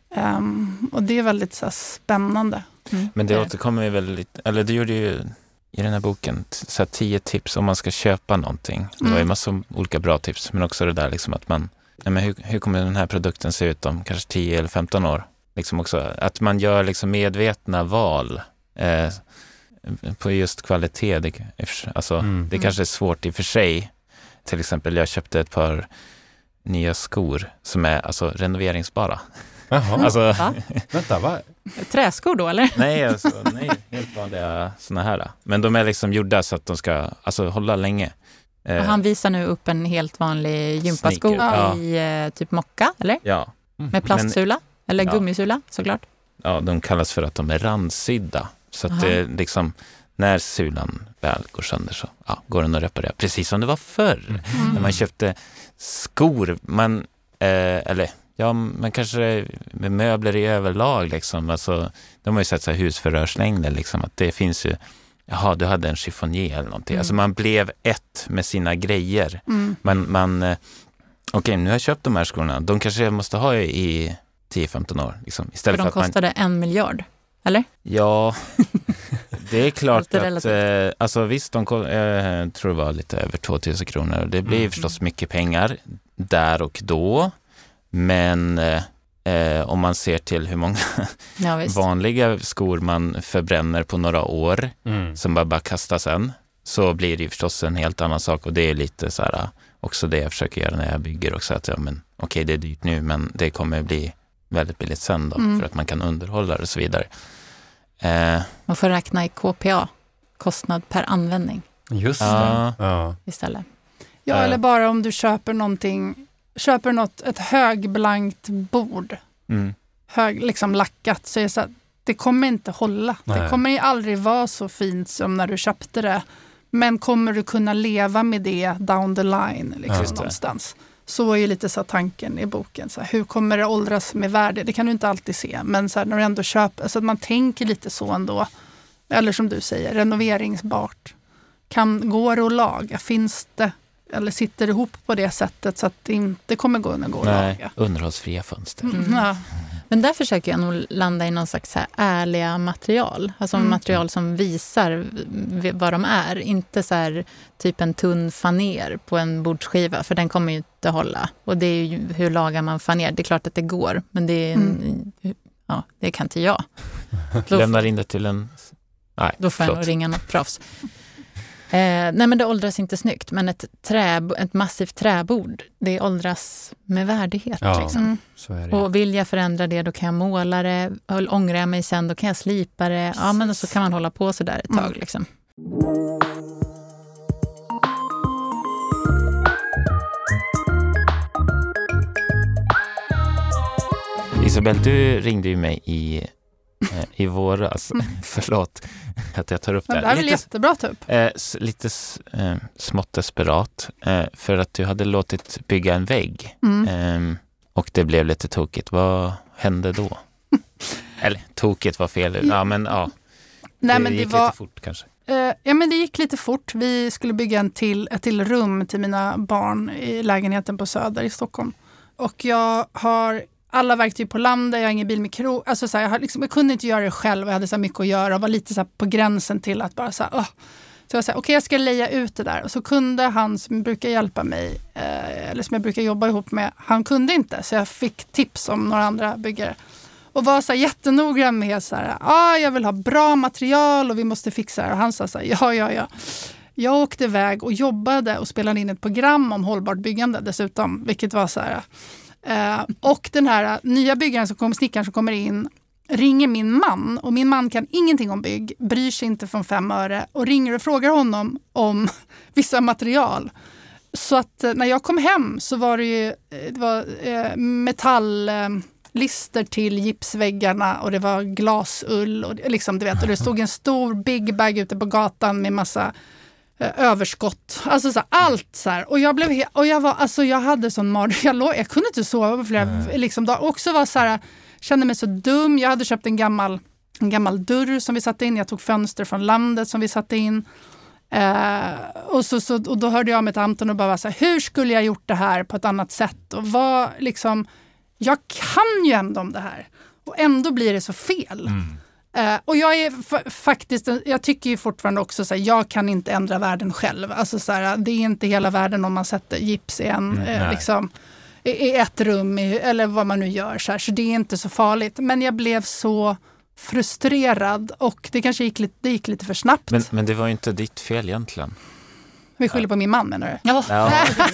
Um, och det är väldigt så här, spännande. Mm. Men det återkommer ju väldigt, eller det gjorde ju i den här boken så här, tio tips om man ska köpa någonting. Det var ju mm. massor olika bra tips, men också det där liksom att man, nej men hur, hur kommer den här produkten se ut om kanske tio eller femton år? Liksom också, att man gör liksom medvetna val eh, på just kvalitet. Det, alltså, mm. det kanske är svårt i och för sig. Till exempel, jag köpte ett par nya skor som är alltså renoveringsbara. Jaha. Alltså, va? Vänta, va? Träskor då, eller? Nej, alltså, nej, helt vanliga såna här. Men de är liksom gjorda så att de ska alltså, hålla länge. Och han visar nu upp en helt vanlig gympasko ja. i eh, typ mocka, eller? Ja. Mm. Med plastsula, Men, eller ja. gummisula, såklart. Ja, de kallas för att de är randsydda. Så att det liksom, när sulan väl går sönder så ja, går den att reparera. Precis som det var förr. Mm. När man köpte skor, man, eh, eller... Ja, men kanske med möbler i överlag liksom. Alltså, de har ju sett så här husförhörslängder liksom. Att det finns ju, jaha, du hade en chiffonier eller någonting. Mm. Alltså man blev ett med sina grejer. Mm. Man, man okej, okay, nu har jag köpt de här skorna. De kanske jag måste ha i tio femton år. Liksom. Istället för de för att kostade man... en miljard, eller? Ja, det är klart att, eh, alltså visst, de eh, tror det var lite över tvåtusen kronor. Det blir mm. förstås mycket pengar där och då. Men eh, om man ser till hur många ja, vanliga skor man förbränner på några år mm. som bara, bara kastas sen, så blir det ju förstås en helt annan sak. Och det är lite så här, också det jag försöker göra när jag bygger också. Att ja, men, okej, det är dyrt nu, men det kommer bli väldigt billigt sen då. Mm. För att man kan underhålla det och så vidare. Eh, man får räkna i K P A, kostnad per användning. Just det. Ja. Istället. Ja, eller bara om du köper någonting... köper något, ett högblankt bord, mm. hög, liksom lackat, så är det så att det kommer inte hålla. Nej. Det kommer ju aldrig vara så fint som när du köpte det. Men kommer du kunna leva med det down the line liksom, ja, någonstans? Så är ju lite så tanken i boken. Så här, hur kommer det åldras med värde? Det kan du inte alltid se. Men så här, när du ändå köper, så att man tänker lite så ändå. Eller som du säger, renoveringsbart. Kan, går det att laga? Finns det eller sitter ihop på det sättet så att det inte kommer gå att gå att Nej, laga. underhållsfria fönster. Mm. Ja. Men där försöker jag nog landa i någon slags så här ärliga material. Alltså Mm. material som visar v- vad de är. Inte så här typ en tunn faner på en bordsskiva. För den kommer ju inte hålla. Och det är ju hur lagar man faner. Det är klart att det går. Men det är en, Mm. ja, det kan inte jag. Då, Lämnar in det till en... Nej, då får jag nog ringa något proffs. Eh, nej men det åldras inte snyggt. Men ett, trä, ett massivt träbord, det åldras med värdighet. Ja. Liksom. Mm. Så är det. Och vill jag förändra det, då kan jag måla det. Och ångrar jag mig sen, då kan jag slipa det. Ja, men så kan man hålla på så där ett tag. Mm. Liksom. Isabel, du ringde ju mig i, eh, i våras. Förlåt att jag tar upp det Men här. det här är väl Lite, jättebra typ. eh, s- lite s- eh, smått desperat. Eh, för att du hade låtit bygga en vägg. Mm. Ehm, och det blev lite tokigt. Vad hände då? Eller tokigt var fel. Ja, men ja. Nej, det men det gick var... lite fort kanske. Eh, ja, men det gick lite fort. Vi skulle bygga en till, ett till rum till mina barn i lägenheten på Söder i Stockholm. Och jag har alla verktyg på landet, jag har ingen bilmikro. Alltså, så här, jag, har liksom, jag kunde inte göra det själv, jag hade så här mycket att göra och var lite så här, på gränsen till att bara så här, åh. Så jag sa, okej okay, jag ska leja ut det där. Och så kunde han som brukar hjälpa mig, eh, eller som jag brukar jobba ihop med, han kunde inte. Så jag fick tips om några andra byggare. Och var så här jättenoggrann med så här, ah, jag vill ha bra material och vi måste fixa det. Och han sa så här, ja, ja, ja. Jag åkte iväg och jobbade och spelade in ett program om hållbart byggande dessutom. Vilket var så här. Eh, och den här nya byggaren som kommer, snickaren som kommer in, ringer min man. Och min man kan ingenting om bygg, bryr sig inte från fem öre. Och ringer och frågar honom om vissa material. Så att eh, när jag kom hem så var det ju det var, eh, metall... Eh, lister till gipsväggarna och det var glasull och det, liksom, du vet, och det stod en stor big bag ute på gatan med massa eh, överskott. Alltså så här, allt så här. Och jag blev he- och jag var alltså jag hade sån mardröm. Jag, låg, jag kunde inte sova på flera liksom dagar. Också var så här, kände mig så dum. Jag hade köpt en gammal en gammal dörr som vi satte in. Jag tog fönster från landet som vi satte in. Eh, och, så, så, och då hörde jag med Anton och bara var så här, hur skulle jag gjort det här på ett annat sätt? Och vad liksom jag kan ju ändå om det här. Och ändå blir det så fel. Mm. Uh, och jag är f- faktiskt, jag tycker ju fortfarande också så här, jag kan inte ändra världen själv. Alltså så här, det är inte hela världen om man sätter gips i en, mm, uh, liksom, i, i ett rum i, eller vad man nu gör. Så, här, så det är inte så farligt. Men jag blev så frustrerad och det kanske gick lite, det gick lite för snabbt. Men, men det var ju inte ditt fel egentligen. Vi skyller på min man, menar du? Ja. Ja.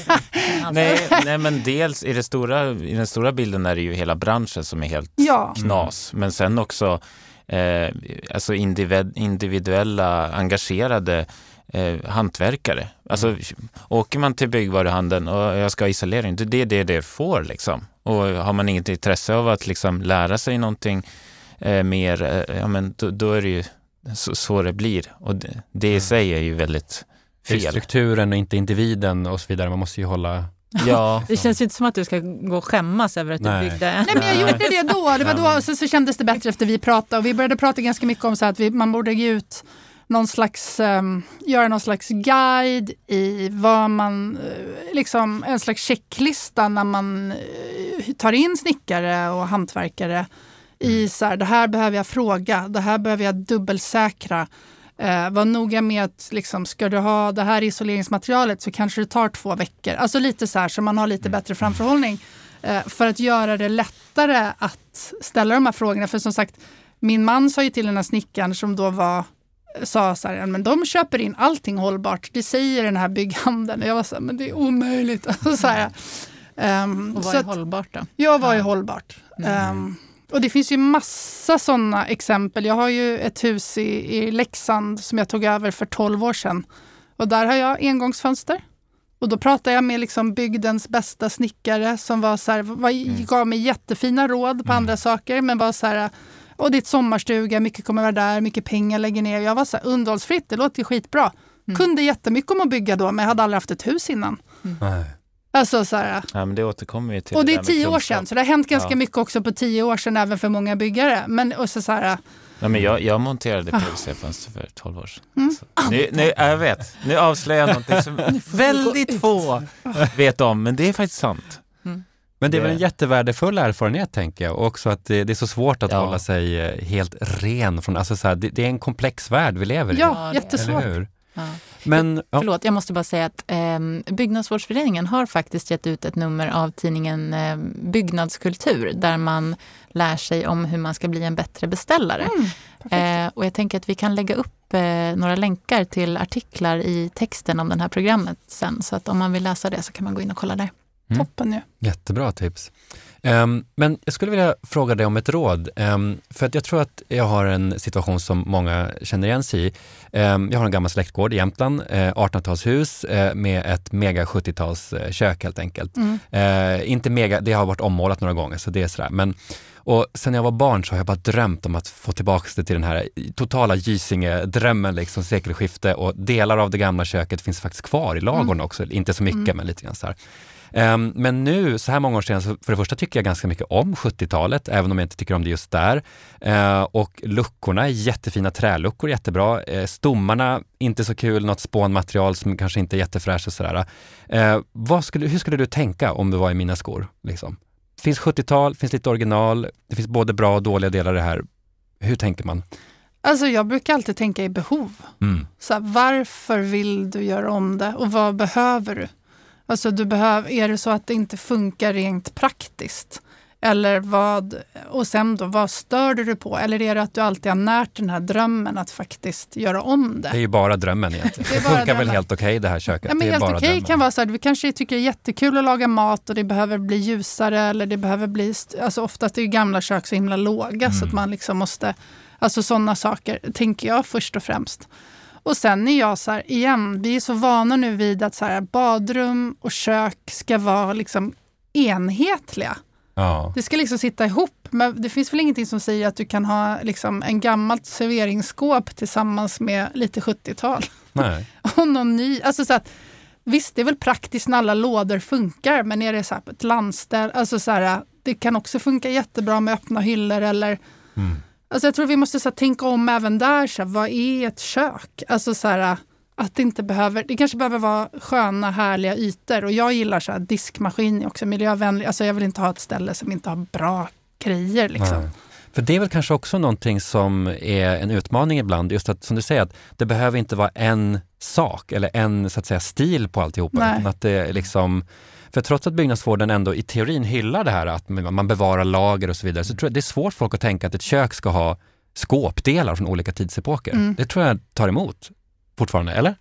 nej, nej, men dels i, det stora, i den stora bilden är det ju hela branschen som är helt Ja. knas. Men sen också eh, alltså individ, individuella, engagerade eh, hantverkare. Alltså åker man till byggvaruhandeln och jag ska ha isolering, det är det det får liksom. Och har man inget intresse av att liksom lära sig någonting eh, mer, eh, ja men då, då är det ju så, så det blir. Och det, det i sig är ju väldigt Det är fel. strukturen och inte individen och så vidare. Man måste ju hålla... Ja. Det känns ju inte som att du ska gå och skämmas över att Nej. du byggde. Nej, men jag gjorde det då. Det var då så, så kändes det bättre efter vi pratade. Och vi började prata ganska mycket om så att vi, man borde ge ut någon slags, um, göra någon slags guide i vad man, uh, liksom en slags checklista när man uh, tar in snickare och hantverkare i så här, det här behöver jag fråga, det här behöver jag dubbelsäkra. Uh, var noga med att liksom, ska du ha det här isoleringsmaterialet så kanske det tar två veckor. Alltså lite så här så man har lite bättre framförhållning. Uh, för att göra det lättare att ställa de här frågorna. För som sagt, min man sa ju till den här snickaren som då var, sa så här, men de köper in allting hållbart. Det säger den här bygghandeln. Och jag var så här, men det är omöjligt. så här, um, Och vad så är att, hållbart då? jag var ju hållbart. Mm. Um, och det finns ju massa sådana exempel. Jag har ju ett hus i, i Leksand som jag tog över för tolv år sedan. Och där har jag engångsfönster. Och då pratade jag med liksom bygdens bästa snickare som var så här, var, gav mig jättefina råd på mm. andra saker. Men var så här, och ditt sommarstuga, mycket kommer vara där, mycket pengar lägger ner. Jag var så här, underhållsfritt, det låter ju skitbra. Mm. Kunde jättemycket om att bygga då, men jag hade aldrig haft ett hus innan. Mm. Alltså så här, ja, men det återkommer vi till. och det är där med tio år kunskap. sedan, så det har hänt ganska Ja. mycket också på tio år sedan, även för många byggare. Men och så, så här, Ja, men jag, jag monterade P V C-fönster för tolv år sedan. Mm. Nu, nu, jag vet, nu avslöjar jag någonting som väldigt få vet om, men det är faktiskt sant. Mm. Men det är väl en jättevärdefull erfarenhet, tänker jag. Och också att det, det är så svårt att ja. hålla sig helt ren från, alltså så här, det, det är en komplex värld vi lever i. Ja, jättesvårt. Eller hur? Ja. Men, ja. Förlåt, jag måste bara säga att eh, Byggnadsvårdsföreningen har faktiskt gett ut ett nummer av tidningen eh, Byggnadskultur där man lär sig om hur man ska bli en bättre beställare. Mm, eh, och jag tänker att vi kan lägga upp eh, några länkar till artiklar i texten om det här programmet sen. Så att om man vill läsa det så kan man gå in och kolla där. Mm. Toppen ju. Jättebra tips. Um, men jag skulle vilja fråga dig om ett råd. Um, för att jag tror att jag har en situation som många känner igen sig i. Um, jag har en gammal släktgård i Jämtland, uh, artonhundratalshus uh, med ett mega sjuttio-tals uh, kök helt enkelt. Mm. Uh, inte mega, det har varit ommålat några gånger så det är sådär. Men, och sen jag var barn så har jag bara drömt om att få tillbaka det till den här totala Gysinge-drömmen, liksom sekelskifte, och delar av det gamla köket finns faktiskt kvar i lagorna mm. också. Inte så mycket mm. men lite grann så här. Um, men nu, så här många år sedan, så för det första tycker jag ganska mycket om sjuttiotalet, även om jag inte tycker om det just där. Uh, och luckorna är jättefina träluckor, jättebra. Uh, stommarna, inte så kul, något spånmaterial som kanske inte är jättefräscht och sådär. Uh, vad skulle, hur skulle du tänka om du var i mina skor? Liksom? Finns sjuttiotal, finns lite original, det finns både bra och dåliga delar i det här. Hur tänker man? Alltså jag brukar alltid tänka i behov. Mm. Så här, varför vill du göra om det och vad behöver du? Alltså du behöver, är det så att det inte funkar rent praktiskt? Eller vad, och sen då, vad stör du på? Eller är det att du alltid har närt den här drömmen att faktiskt göra om det? Det är ju bara drömmen egentligen. Det, det funkar drömmen. Väl helt okej okay, det här köket? Ja, men det är helt bara okej okay kan vara så här, vi kanske tycker det är jättekul att laga mat och det behöver bli ljusare eller det behöver bli, alltså oftast är ju gamla kök så himla låga mm. så att man liksom måste, alltså sådana saker tänker jag först och främst. Och sen är jag så här, igen, vi är så vana nu vid att så här, badrum och kök ska vara liksom enhetliga. Ja. Det ska liksom sitta ihop, men det finns väl ingenting som säger att du kan ha liksom en gammalt serveringsskåp tillsammans med lite sjuttiotal. Nej. Och någon ny, alltså så att visst, det är väl praktiskt när alla lådor funkar, men är det så här på ett landställ, alltså så här, det kan också funka jättebra med öppna hyllor eller mm. Alltså jag tror vi måste så här, tänka om även där, så här, vad är ett kök? Alltså så här, att det inte behöver, det kanske behöver vara sköna, härliga ytor. Och jag gillar så här, diskmaskin också, miljövänlig. Alltså jag vill inte ha ett ställe som inte har bra grejer liksom. Nej. För det är väl kanske också någonting som är en utmaning ibland, just att som du säger, att det behöver inte vara en sak eller en så att säga stil på alltihopa. Utan att det är liksom, för trots att byggnadsvården ändå i teorin hyllar det här att man bevarar lager och så vidare, så tror jag det är svårt för folk att tänka att ett kök ska ha skåpdelar från olika tidsepoker. Mm. Det tror jag tar emot fortfarande, eller?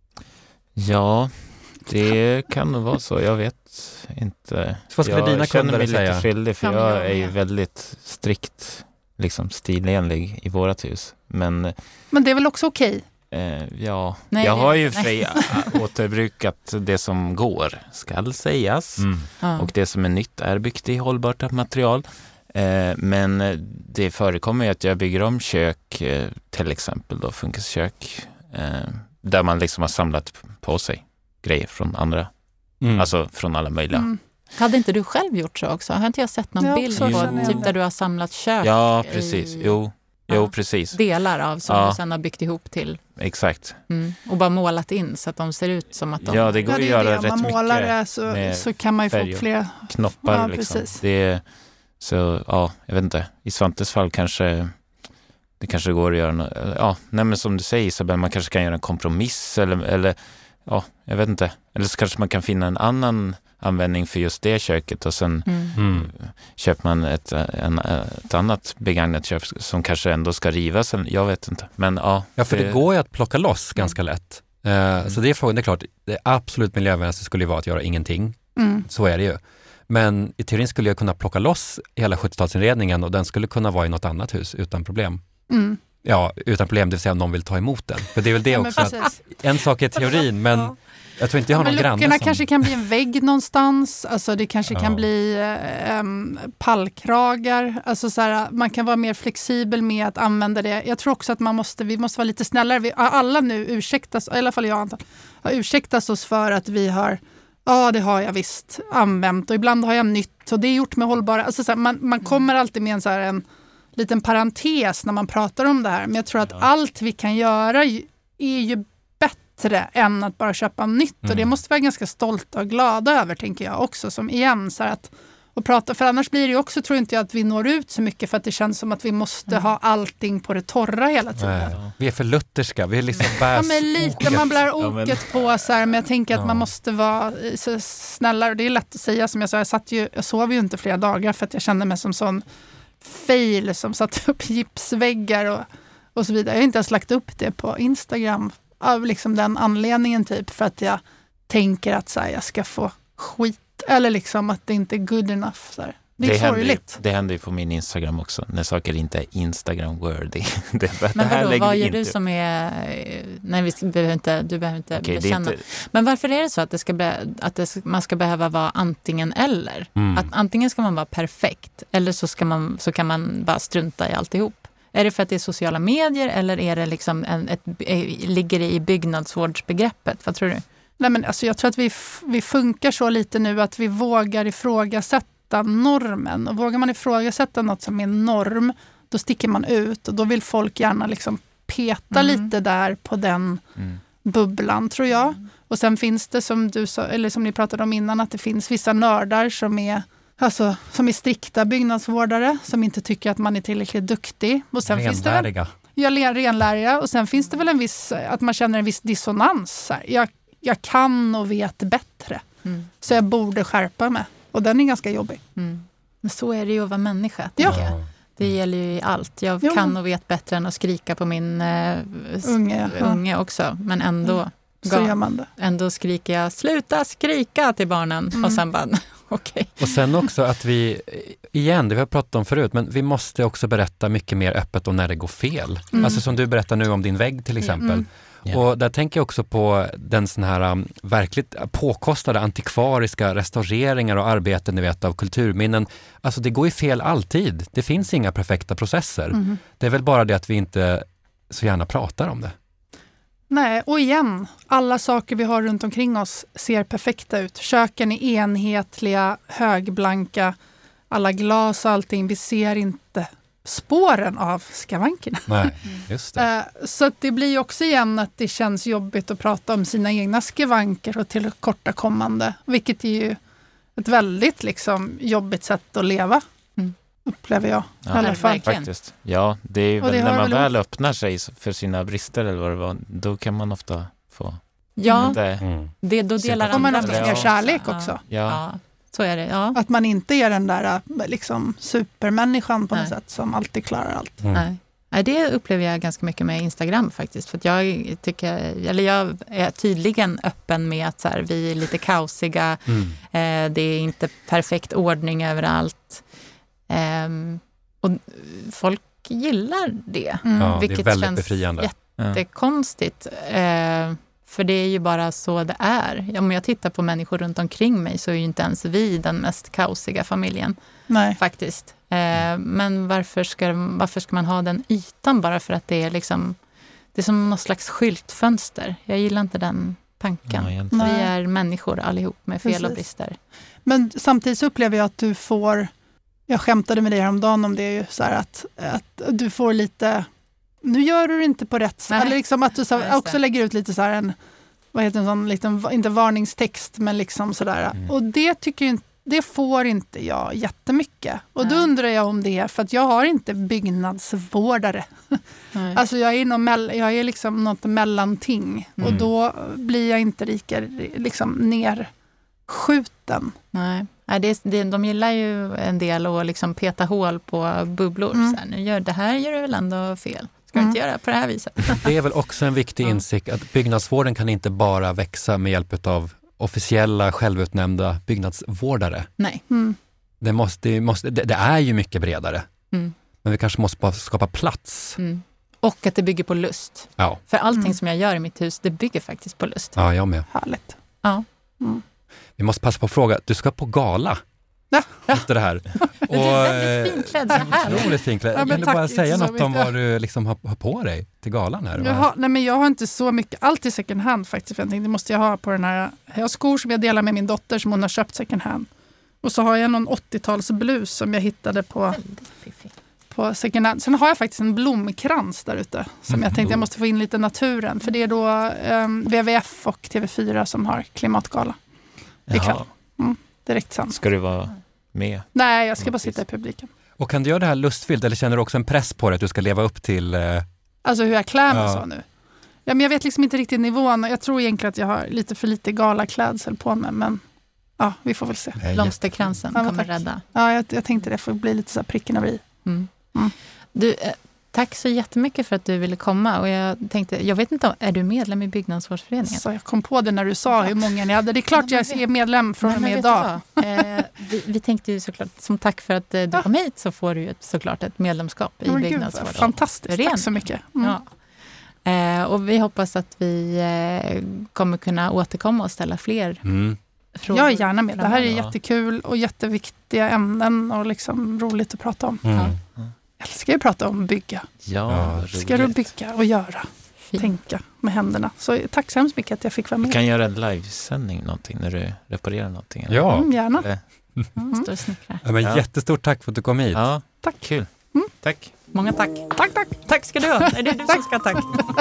Ja, det kan nog vara så. Jag vet inte. Så vad skulle jag dina känner mig säga? lite skyldig för jag är ju väldigt strikt liksom stilenlig i vårat hus. Men, Men det är väl också okej? Eh, ja, nej, jag har ju nej. för sig återbrukat det som går, skall sägas. Mm. Ja. Och det som är nytt är byggt i hållbart material. Eh, men det förekommer ju att jag bygger om kök, eh, till exempel då funkenskök, eh, där man liksom har samlat på sig grejer från andra. Mm. Alltså från alla möjliga. Mm. Hade inte du själv gjort så också? Har inte jag sett någon ja, bild på typ där du har samlat kök? Ja, precis. I... Jo. Jo, ja, precis. Delar av som ja. Du sen har byggt ihop till. Exakt. Mm. Och bara målat in så att de ser ut som att de... Ja, det går ja, det att göra det. rätt mycket. Om man målar det så, så kan man ju få fler knoppar. Ja, liksom. Precis. Det, så, ja, jag vet inte. I Svantes fall kanske det kanske går att göra något, ja, nej men som du säger Isabel, man kanske kan göra en kompromiss eller, eller ja, jag vet inte. Eller så kanske man kan finna en annan användning för just det köket och sen mm. köper man ett, en, ett annat begagnat kök som kanske ändå ska rivas. Jag vet inte. Men, ja, ja, för det, det går ju att plocka loss ganska lätt. Uh, mm. Så det är frågan, det är klart, det absolut miljövänligaste skulle ju vara att göra ingenting. Mm. Så är det ju. Men i teorin skulle jag kunna plocka loss hela sjuttiotalsinredningen och den skulle kunna vara i något annat hus utan problem. Mm. Ja, utan problem, det vill säga om någon vill ta emot den. För det är väl det ja, också. Att, en sak är teorin, men ja. Jag tror inte jag har ja, någon granne luckorna som... kanske kan bli en vägg någonstans. Alltså det kanske ja. kan bli um, pallkragar. Alltså så här, man kan vara mer flexibel med att använda det. Jag tror också att man måste, vi måste vara lite snällare. Vi, alla nu ursäktas, i alla fall jag antar, har ursäktats oss för att vi har Ja, det har jag visst använt och ibland har jag nytt och det är gjort med hållbara... Alltså så här, man, man kommer alltid med en, så här, en liten parentes när man pratar om det här. Men jag tror att ja. allt vi kan göra är ju bättre än att bara köpa nytt. Mm. Och det måste vi vara ganska stolta och glada över, tänker jag också. Som igen, så här att och prata, för annars blir det ju också, tror inte jag, att vi når ut så mycket för att det känns som att vi måste mm. ha allting på det torra hela tiden. Nej. Vi är för lutherska, vi är liksom bäst. Ja, men lite, man blir oket ja, men... på så här, men jag tänker att ja. man måste vara så snällare. Det är lätt att säga, som jag sa, jag, satt ju, jag sov ju inte flera dagar för att jag kände mig som sån fail som satt upp gipsväggar och, och så vidare. Jag har inte ens lagt upp det på Instagram av liksom den anledningen typ, för att jag tänker att så här, jag ska få skit. Eller liksom att det inte är good enough. Så här. Det är det sorgligt. Händer ju, det händer ju på min Instagram också. När saker inte är Instagram-worthy. det, men det vadå, vad gör du som är... Nej, vi behöver inte, du behöver inte okay, bekänna. Inte... Men varför är det så att, det ska be, att det, man ska behöva vara antingen eller? Mm. Att antingen ska man vara perfekt eller så, ska man, så kan man bara strunta i alltihop. Är det för att det är sociala medier eller är det liksom en, ett, ligger det i byggnadsvårdsbegreppet? Vad tror du? Nej, men alltså jag tror att vi, vi funkar så lite nu att vi vågar ifrågasätta normen. Och vågar man ifrågasätta något som är norm, då sticker man ut. Och då vill folk gärna liksom peta mm. lite där på den mm. bubblan, tror jag. Mm. Och sen finns det, som du sa, eller som ni pratade om innan, att det finns vissa nördar som är, alltså, som är strikta byggnadsvårdare, som inte tycker att man är tillräckligt duktig. Och sen finns det väl, ja, renläriga. Och sen finns det väl en viss, att man känner en viss dissonans. Jag Jag kan och vet bättre. Mm. Så jag borde skärpa mig. Och den är ganska jobbig. Mm. Men så är det ju att vara människa. Ja. Jag. Det gäller ju i allt. Jag jo. kan och vet bättre än att skrika på min uh, unge, unge ja. också. Men ändå, mm. så gör man det. Ändå skriker jag, sluta skrika till barnen. Mm. Och sen bara, okej. Okay. Och sen också att vi, igen, det vi har pratat om förut, men vi måste också berätta mycket mer öppet om när det går fel. Mm. Alltså som du berättar nu om din vägg till exempel. Mm. Yeah. Och där tänker jag också på den sån här um, verkligt påkostade antikvariska restaureringar och arbeten, ni vet, av kulturminnen. Alltså det går ju fel alltid. Det finns inga perfekta processer. Mm. Det är väl bara det att vi inte så gärna pratar om det. Nej, och igen, alla saker vi har runt omkring oss ser perfekta ut. Köken är enhetliga, högblanka, alla glas och allting. Vi ser inte spåren av skavankerna. Nej, just det. Så att det blir ju också igen att det känns jobbigt att prata om sina egna skavanker och tillkortakommande, vilket är ju ett väldigt liksom jobbigt sätt att leva, mm. upplever jag. Ja, i alla fall. Faktiskt. Ja, det är väl, det när man väl, väl öppnar sig för sina brister eller vad det var, då kan man ofta få... Ja, det, mm. det, då delar andra. Man ofta mer kärlek också. Ja. Ja. Så är det, ja. Att man inte är den där liksom, supermänniskan på Nej. något sätt som alltid klarar allt. Mm. Nej. Nej, det upplever jag ganska mycket med Instagram faktiskt. För att jag tycker, eller jag är tydligen öppen med att så här, vi är lite kaosiga. Mm. Eh, det är inte perfekt ordning överallt. Eh, och folk gillar det. Mm. Ja, vilket det är väldigt känns befriande. Jättekonstigt. Eh, För det är ju bara så det är. Om jag tittar på människor runt omkring mig så är ju inte ens vi den mest kaosiga familjen. Nej. Faktiskt. Eh, men varför ska, varför ska man ha den ytan bara för att det är liksom... Det är som något slags skyltfönster. Jag gillar inte den tanken. Ja, vi är människor allihop med fel Precis. och brister. Men samtidigt så upplever jag att du får... Jag skämtade med dig häromdagen om det ju så här att, att du får lite... Nu gör du det inte på rätt sätt. Eller liksom att du så, också lägger ut lite så här en, vad heter en sån, liten, inte varningstext, men liksom sådär. Mm. Och det tycker inte, det får inte jag jättemycket. Och Nej. Då undrar jag om det är, för att jag har inte byggnadsvårdare. Nej. Alltså jag är, inom, jag är liksom något mellanting. Mm. Och då blir jag inte lika liksom nerskjuten. Nej. Nej, det, det, de gillar ju en del att liksom peta hål på bubblor. Mm. Så här, nu gör, det här gör du väl ändå fel. Ska mm. du inte göra på det här viset? Det är väl också en viktig ja. insikt att byggnadsvården kan inte bara växa med hjälp av officiella självutnämnda byggnadsvårdare. Nej. Mm. Det, måste, måste, det, det är ju mycket bredare. Mm. Men vi kanske måste bara skapa plats. Mm. Och att det bygger på lust. Ja. För allting mm. som jag gör i mitt hus, det bygger faktiskt på lust. Ja, jag med. Härligt. Ja. Mm. Vi måste passa på att fråga, du ska på gala. Ja. efter det här. Och, Du är väldigt finklädd så här. Otroligt finklädd. Ja, Kan men du tack, bara inte säga så något om mycket. vad du liksom har, har på dig till galan här? Jag har, nej men jag har inte så mycket, allt i second hand faktiskt. För jag tänkte, det måste jag ha på den här. Jag har skor som jag delar med min dotter som hon har köpt second hand. Och så har jag någon åttiotalsblus som jag hittade på, på second hand. Sen har jag faktiskt en blomkrans där ute. Som jag tänkte jag måste få in lite naturen. För det är då um, W W F och T V fyra som har klimatgala. Ikväll. Mm, direkt sen. Ska du vara med? Nej, jag ska bara sitta i publiken. Och kan du göra det här lustfyllt eller känner du också en press på dig att du ska leva upp till... Eh... Alltså hur jag klär mig Ja. så nu. Ja, men jag vet liksom inte riktigt nivån. Jag tror egentligen att jag har lite för lite galaklädsel på mig. Men ja, vi får väl se. Nej, Blomsterkransen Ja, men kommer tack. rädda. Ja, jag, jag tänkte det får bli lite så här pricken över i. Mm. Mm. Du, eh, tack så jättemycket för att du ville komma. Och jag tänkte, jag vet inte, om, är du medlem i Byggnadsvårdsföreningen? Så jag kom på det när du sa hur många ni hade. Det är klart Ja, jag men är medlem från och Nej, med men idag. vet du vad? Eh, vi, vi tänkte ju såklart, som tack för att eh, du Ja. kom hit så får du ju ett, såklart ett medlemskap i Men gud, Byggnadsvården. fantastiskt, tack så mycket. Mm. Ja. Eh, och vi hoppas att vi eh, kommer kunna återkomma och ställa fler Mm. frågor. Jag är gärna med. Det här är Ja. jättekul och jätteviktiga ämnen och liksom roligt att prata om. Mm. Jag älskar ju att prata om bygga. Ja, Ja. Ska du roligt. bygga och göra, Fint. tänka med händerna. Så tack så hemskt mycket att jag fick vara Vi med. kan göra en livesändning någonting när du reparerar någonting. eller? Ja. Mm, gärna. Eller- Mm, står och snickrar. Ja, men Ja. jättestort tack för att du kom hit. Ja, Tack. kul. Mm. Tack. Många tack. Tack, tack. Tack ska du ha. Är det du som ska tack?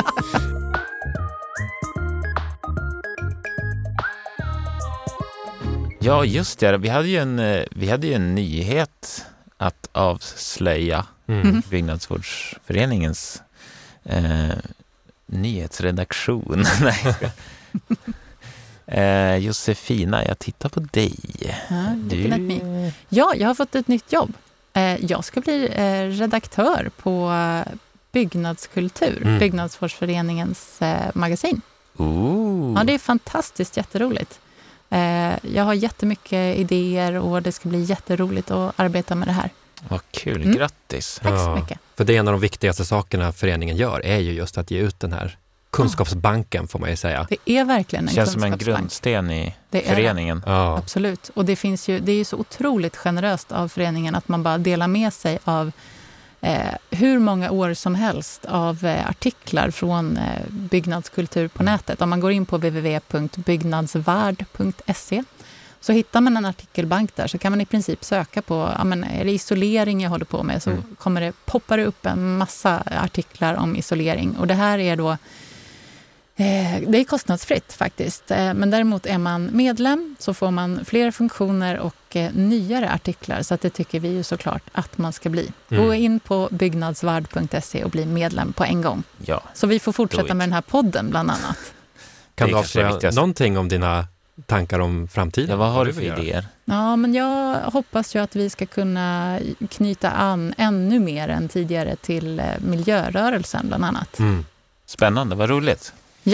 Ja, just det. Vi hade ju en, eh, vi hade ju en nyhet att avslöja. Mm. Byggnadsvårdsföreningens eh, nyhetsredaktion. Nej, jag skojar. eh, Josefina, jag tittar på dig. Ja, looking at me. Ja, jag har fått ett nytt jobb. Eh, jag ska bli eh, redaktör på eh, Byggnadskultur, Mm. Byggnadsvårdsföreningens eh, magasin. Ooh. Ja, det är fantastiskt jätteroligt. Eh, jag har jättemycket idéer och det ska bli jätteroligt att arbeta med det här. Vad kul, Mm. grattis. Tack så Ja. mycket. För det är en av de viktigaste sakerna föreningen gör är ju just att ge ut den här kunskapsbanken får man ju säga. Det är verkligen en Känns som en kunskapsbank. grundsten i Det är det. föreningen. Ja. Absolut. Och det finns ju, det är ju så otroligt generöst av föreningen att man bara delar med sig av eh, hur många år som helst av eh, artiklar från eh, byggnadskultur på nätet. Om man går in på w w w punkt byggnadsvard punkt se så hittar man en artikelbank där, så kan man i princip söka på, ja, men är det isolering jag håller på med, så Mm. kommer det, poppar det upp en massa artiklar om isolering. Och det här är då Eh, Det är kostnadsfritt faktiskt, eh, men däremot är man medlem så får man fler funktioner och eh, nyare artiklar, så att det tycker vi ju såklart att man ska bli. Mm. Gå in på byggnadsvard punkt se och bli medlem på en gång. Ja. Så vi får Do fortsätta it. med den här podden bland annat. Kan Det du är kanske det avslöja viktigaste. någonting om dina tankar om framtiden? Ja, vad har du vill för göra? idéer? Ja, men jag hoppas ju att vi ska kunna knyta an ännu mer än tidigare till eh, miljörörelsen bland annat. Mm. Spännande, vad roligt.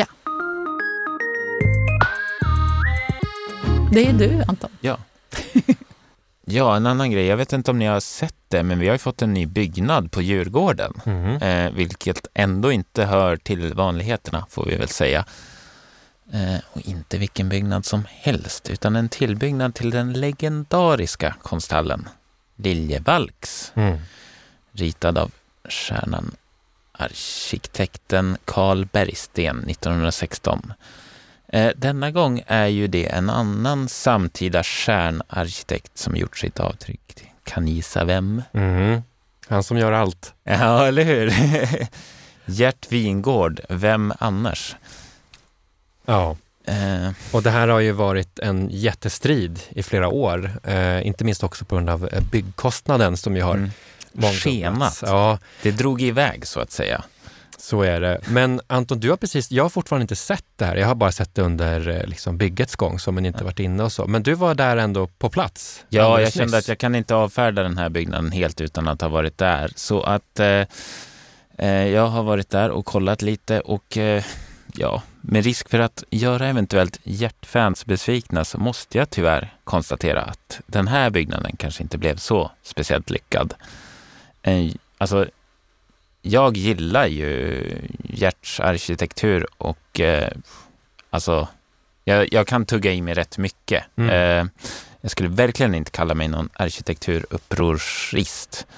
Det är du, Anton. Ja, en annan grej. Jag vet inte om ni har sett det, men vi har ju fått en ny byggnad på Djurgården. Mm. Eh, vilket ändå inte hör till vanligheterna, får vi väl säga. Eh, och inte vilken byggnad som helst, utan en tillbyggnad till den legendariska konsthallen Liljevalchs, Mm. ritad av stjärnan arkitekten Carl Bergsten nittonhundrasexton. Eh, denna gång är ju det en annan samtida stjärnarkitekt som gjort sitt avtryck. Kan ni gissa vem? Mm. Han som gör allt. Ja, eller hur? Gert Wingård, vem annars? Ja. Eh, Och det här har ju varit en jättestrid i flera år. Eh, inte minst också på grund av eh, byggkostnaden som ju har mm. mångdubblats. Skenat. Ja, Det drog iväg så att säga. så är det. Men Anton, du har precis, jag har fortfarande inte sett det här. Jag har bara sett det under eh, liksom, byggets gång som men inte varit inne och så. Men du var där ändå på plats. Ja, jag alldeles kände nyss. att jag kan inte avfärda den här byggnaden helt utan att ha varit där. Så att eh, eh, jag har varit där och kollat lite och eh, ja, med risk för att göra eventuellt hjärtfans besvikna så måste jag tyvärr konstatera att den här byggnaden kanske inte blev så speciellt lyckad. Eh, alltså, jag gillar ju Gerts arkitektur och eh, alltså, jag, jag kan tugga i mig rätt mycket. Mm. Eh, jag skulle verkligen inte kalla mig någon arkitekturupprorist.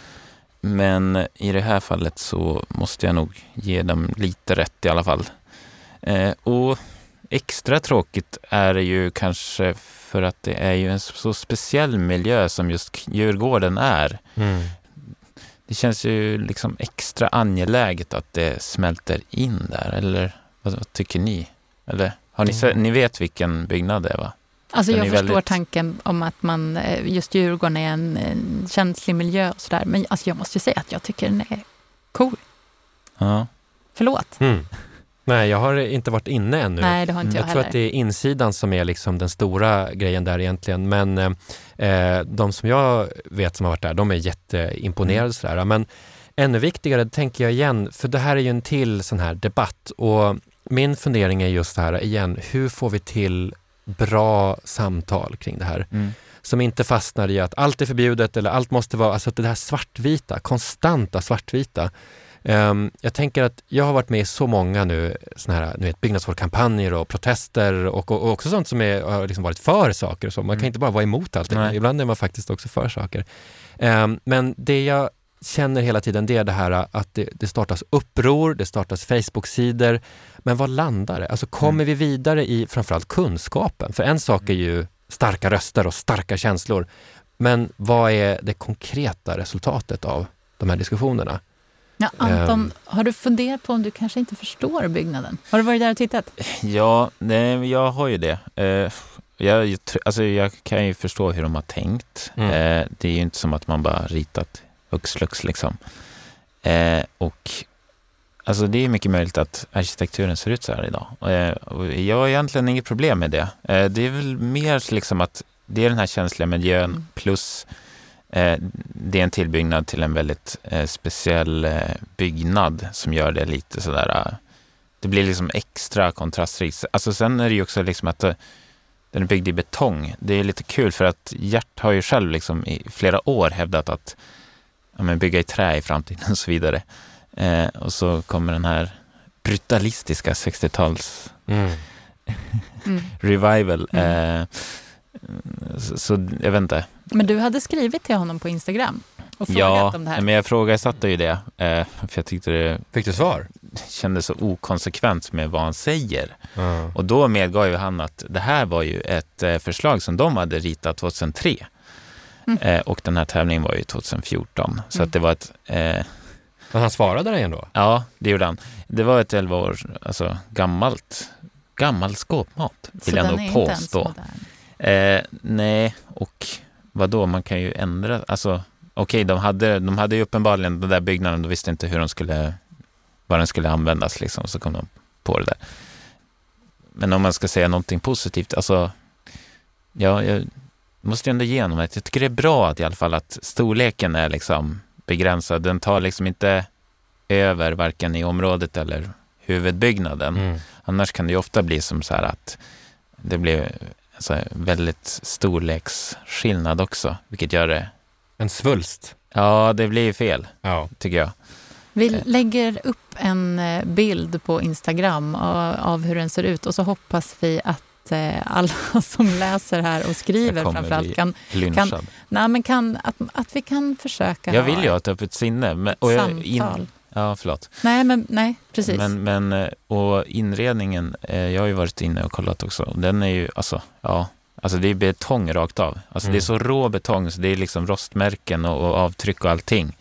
Men i det här fallet så måste jag nog ge dem lite rätt i alla fall. Eh, och extra tråkigt är det ju kanske för att det är ju en så speciell miljö som just Djurgården är. Mm. Det känns ju liksom extra angeläget att det smälter in där. Eller vad, vad tycker ni? Eller har ni, mm. ni vet vilken byggnad det är, va? Alltså Den jag förstår väldigt... tanken om att man, just Djurgården är en, en känslig miljö och sådär. Men alltså jag måste ju säga att jag tycker den är cool. Ja. Förlåt. Mm. Nej, jag har inte varit inne ännu. Nej, det har inte jag, jag tror heller. att det är insidan som är liksom den stora grejen där egentligen. Men eh, de som jag vet som har varit där, de är jätteimponerade. Mm. Sådär. Men ännu viktigare tänker jag igen, för det här är ju en till sån här debatt. Och min fundering är just det här igen, hur får vi till bra samtal kring det här? Mm. Som inte fastnar i att allt är förbjudet eller allt måste vara, alltså det här svartvita, konstanta svartvita. Um, jag tänker att jag har varit med i så många nu såna här, nu vet, byggnadsvårdkampanjer och protester och, och, och också sånt som är, har liksom varit för saker och så. Man mm. kan inte bara vara emot allt. Nej. Ibland är man faktiskt också för saker. Um, men det jag känner hela tiden, det är det här att det, det startas uppror, det startas Facebook-sidor. Men vad landar det? Alltså kommer mm. vi vidare i framförallt kunskapen? För en sak är ju starka röster och starka känslor. Men vad är det konkreta resultatet av de här diskussionerna? Ja, Anton, har du funderat på om du kanske inte förstår byggnaden? Har du varit där och tittat? Ja, nej, jag har ju det. Eh, jag, alltså, jag kan ju förstå hur de har tänkt. Mm. Eh, det är ju inte som att man bara ritat hux liksom. Eh, och alltså, det är mycket möjligt att arkitekturen ser ut så här idag. Eh, och jag har egentligen inget problem med det. Eh, det är väl mer liksom att det är den här känsliga miljön mm. plus Eh, det är en tillbyggnad till en väldigt eh, speciell eh, byggnad som gör det lite sådär, eh, det blir liksom extra kontrastrikt. Alltså sen är det ju också liksom att eh, den är byggd i betong. Det är lite kul för att Gert har ju själv liksom i flera år hävdat att ja, men bygga i trä i framtiden och så vidare. Eh, och så kommer den här brutalistiska sextiotals mm. mm. revival. Mm. Eh, så, så jag vet inte. Men du hade skrivit till honom på Instagram och frågat ja, om det här. Ja, men jag frågasatte ju det. Eh, för jag tyckte det Fick du svar? kändes så okonsekvent med vad han säger. Mm. Och då medgav ju han att det här var ju ett eh, förslag som de hade ritat tjugohundratre. Mm. Eh, och den här tävlingen var ju tjugohundrafjorton. Så mm. att det var ett... Eh, Men han svarade dig ändå? Ja, det gjorde han. Det var ett elva år alltså, gammalt, gammalt skåpmat, vill jag nog påstå. Eh, nej, och vad då? Man kan ju ändra, alltså okej, okay, de hade de hade ju uppenbarligen den där byggnaden, de visste inte hur de skulle, vad den skulle användas liksom, så kom de på det där. Men om man ska säga någonting positivt, alltså ja, jag måste ju ändå ge honom att jag tycker det är bra att i alla fall att storleken är liksom begränsad, den tar liksom inte över varken i området eller huvudbyggnaden. Mm. Annars kan det ju ofta bli som så här att det blir alltså väldigt storleksskillnad också, vilket gör det... En svulst. Ja, det blir fel, ja. tycker jag. Vi lägger upp en bild på Instagram av hur den ser ut och så hoppas vi att alla som läser här och skriver framförallt kan, kan, nej, men kan att, att vi kan försöka jag vill ju ha ett öppet sinne. Men, och samtal. In, ja, förlåt. Nej, men nej, precis. Men, men, och inredningen, jag har ju varit inne och kollat också. Den är ju, alltså, ja, alltså det är betong rakt av. Alltså mm. det är så rå betong, så det är liksom rostmärken och, och avtryck och allting.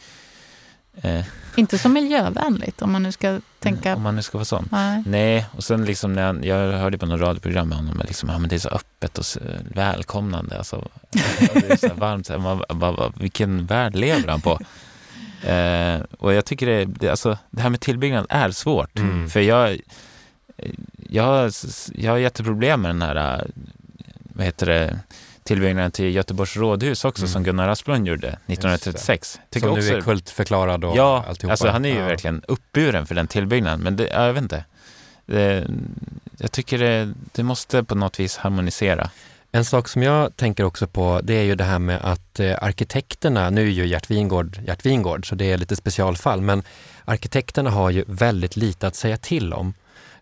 Eh. Inte så miljövänligt om man nu ska tänka... Om man nu ska vara sån. Nej. Nej, och sen liksom när jag, jag hörde på något radioprogram med honom, liksom, ja, men det är så öppet och så välkomnande. Alltså, det är så varmt. Så man, bara, bara, vilken värld lever han på? Eh, och jag tycker det, det, alltså, det här med tillbyggnad är svårt. Mm. För jag, jag, har, jag har jätteproblem med den här, vad heter det, tillbyggnaden till Göteborgs rådhus också, mm. som Gunnar Asplund gjorde nittonhundratrettiosex. Tycker som också, nu är kultförklarad och ja, alltihopa. Alltså han är ju ja. verkligen uppburen för den tillbyggnaden. Men det, jag vet inte. Det, jag tycker det, det måste på något vis harmonisera. En sak som jag tänker också på, det är ju det här med att eh, arkitekterna, nu är ju Gert Wingårdh Gert Wingårdh, så det är lite specialfall, men arkitekterna har ju väldigt lite att säga till om.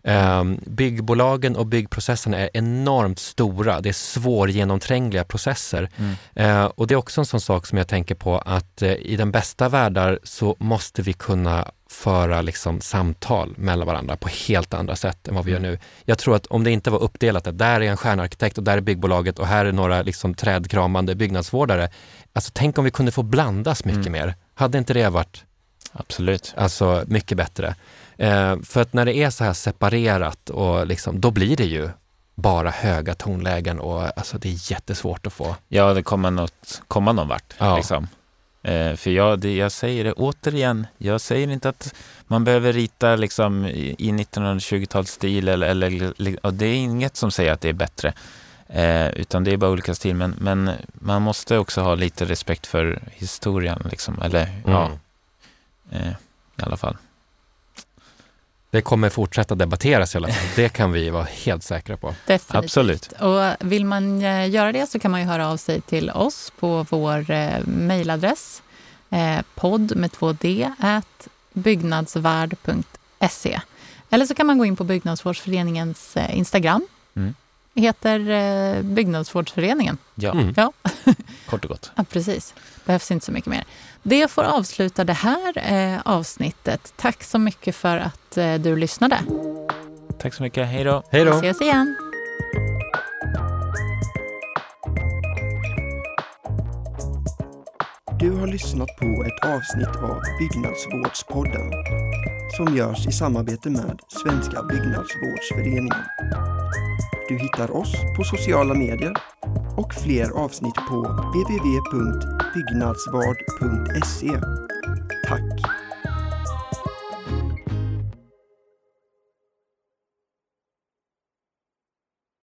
Eh, byggbolagen och byggprocesserna är enormt stora. Det är svårgenomträngliga processer. Mm. Eh, och det är också en sån sak som jag tänker på att eh, i den bästa världar så måste vi kunna föra liksom samtal mellan varandra på helt andra sätt än vad vi gör nu. Jag tror att om det inte var uppdelat att där är en stjärnarkitekt och där är byggbolaget och här är några liksom trädkramande byggnadsvårdare. Alltså tänk om vi kunde få blandas mycket Mm. mer. Hade inte det varit Absolut. alltså mycket bättre? Eh, för att när det är så här separerat och liksom, då blir det ju bara höga tonlägen och alltså det är jättesvårt att få. Ja, det kommer något, komma någon vart. Ja. Liksom. Eh, för jag, det, jag säger det återigen, jag säger inte att man behöver rita liksom i, i nittonhundratjugotalsstil eller, eller, och det är inget som säger att det är bättre. Eh, utan det är bara olika stil. Men, men man måste också ha lite respekt för historien. Liksom, eller Mm. ja, eh, i alla fall. Det kommer fortsätta debatteras i alla fall. Det kan vi vara helt säkra på. Definitivt. Absolut. Och vill man eh, göra det så kan man ju höra av sig till oss på vår eh, mejladress eh, podd med två d at byggnadsvärd punkt se. Eller så kan man gå in på Byggnadsvårdsföreningens eh, Instagram. Mm. Det heter eh, Byggnadsvårdsföreningen. Ja, Mm. Ja. kort och gott. Ja, precis. Behövs inte så mycket mer. Det får avsluta det här eh, avsnittet. Tack så mycket för att eh, du lyssnade. Tack så mycket. Hej då. Hej Vi då! ses igen. Du har lyssnat på ett avsnitt av Byggnadsvårdspodden som görs i samarbete med Svenska Byggnadsvårdsföreningen. Du hittar oss på sociala medier och fler avsnitt på w w w punkt byggnadsvard punkt se. Tack!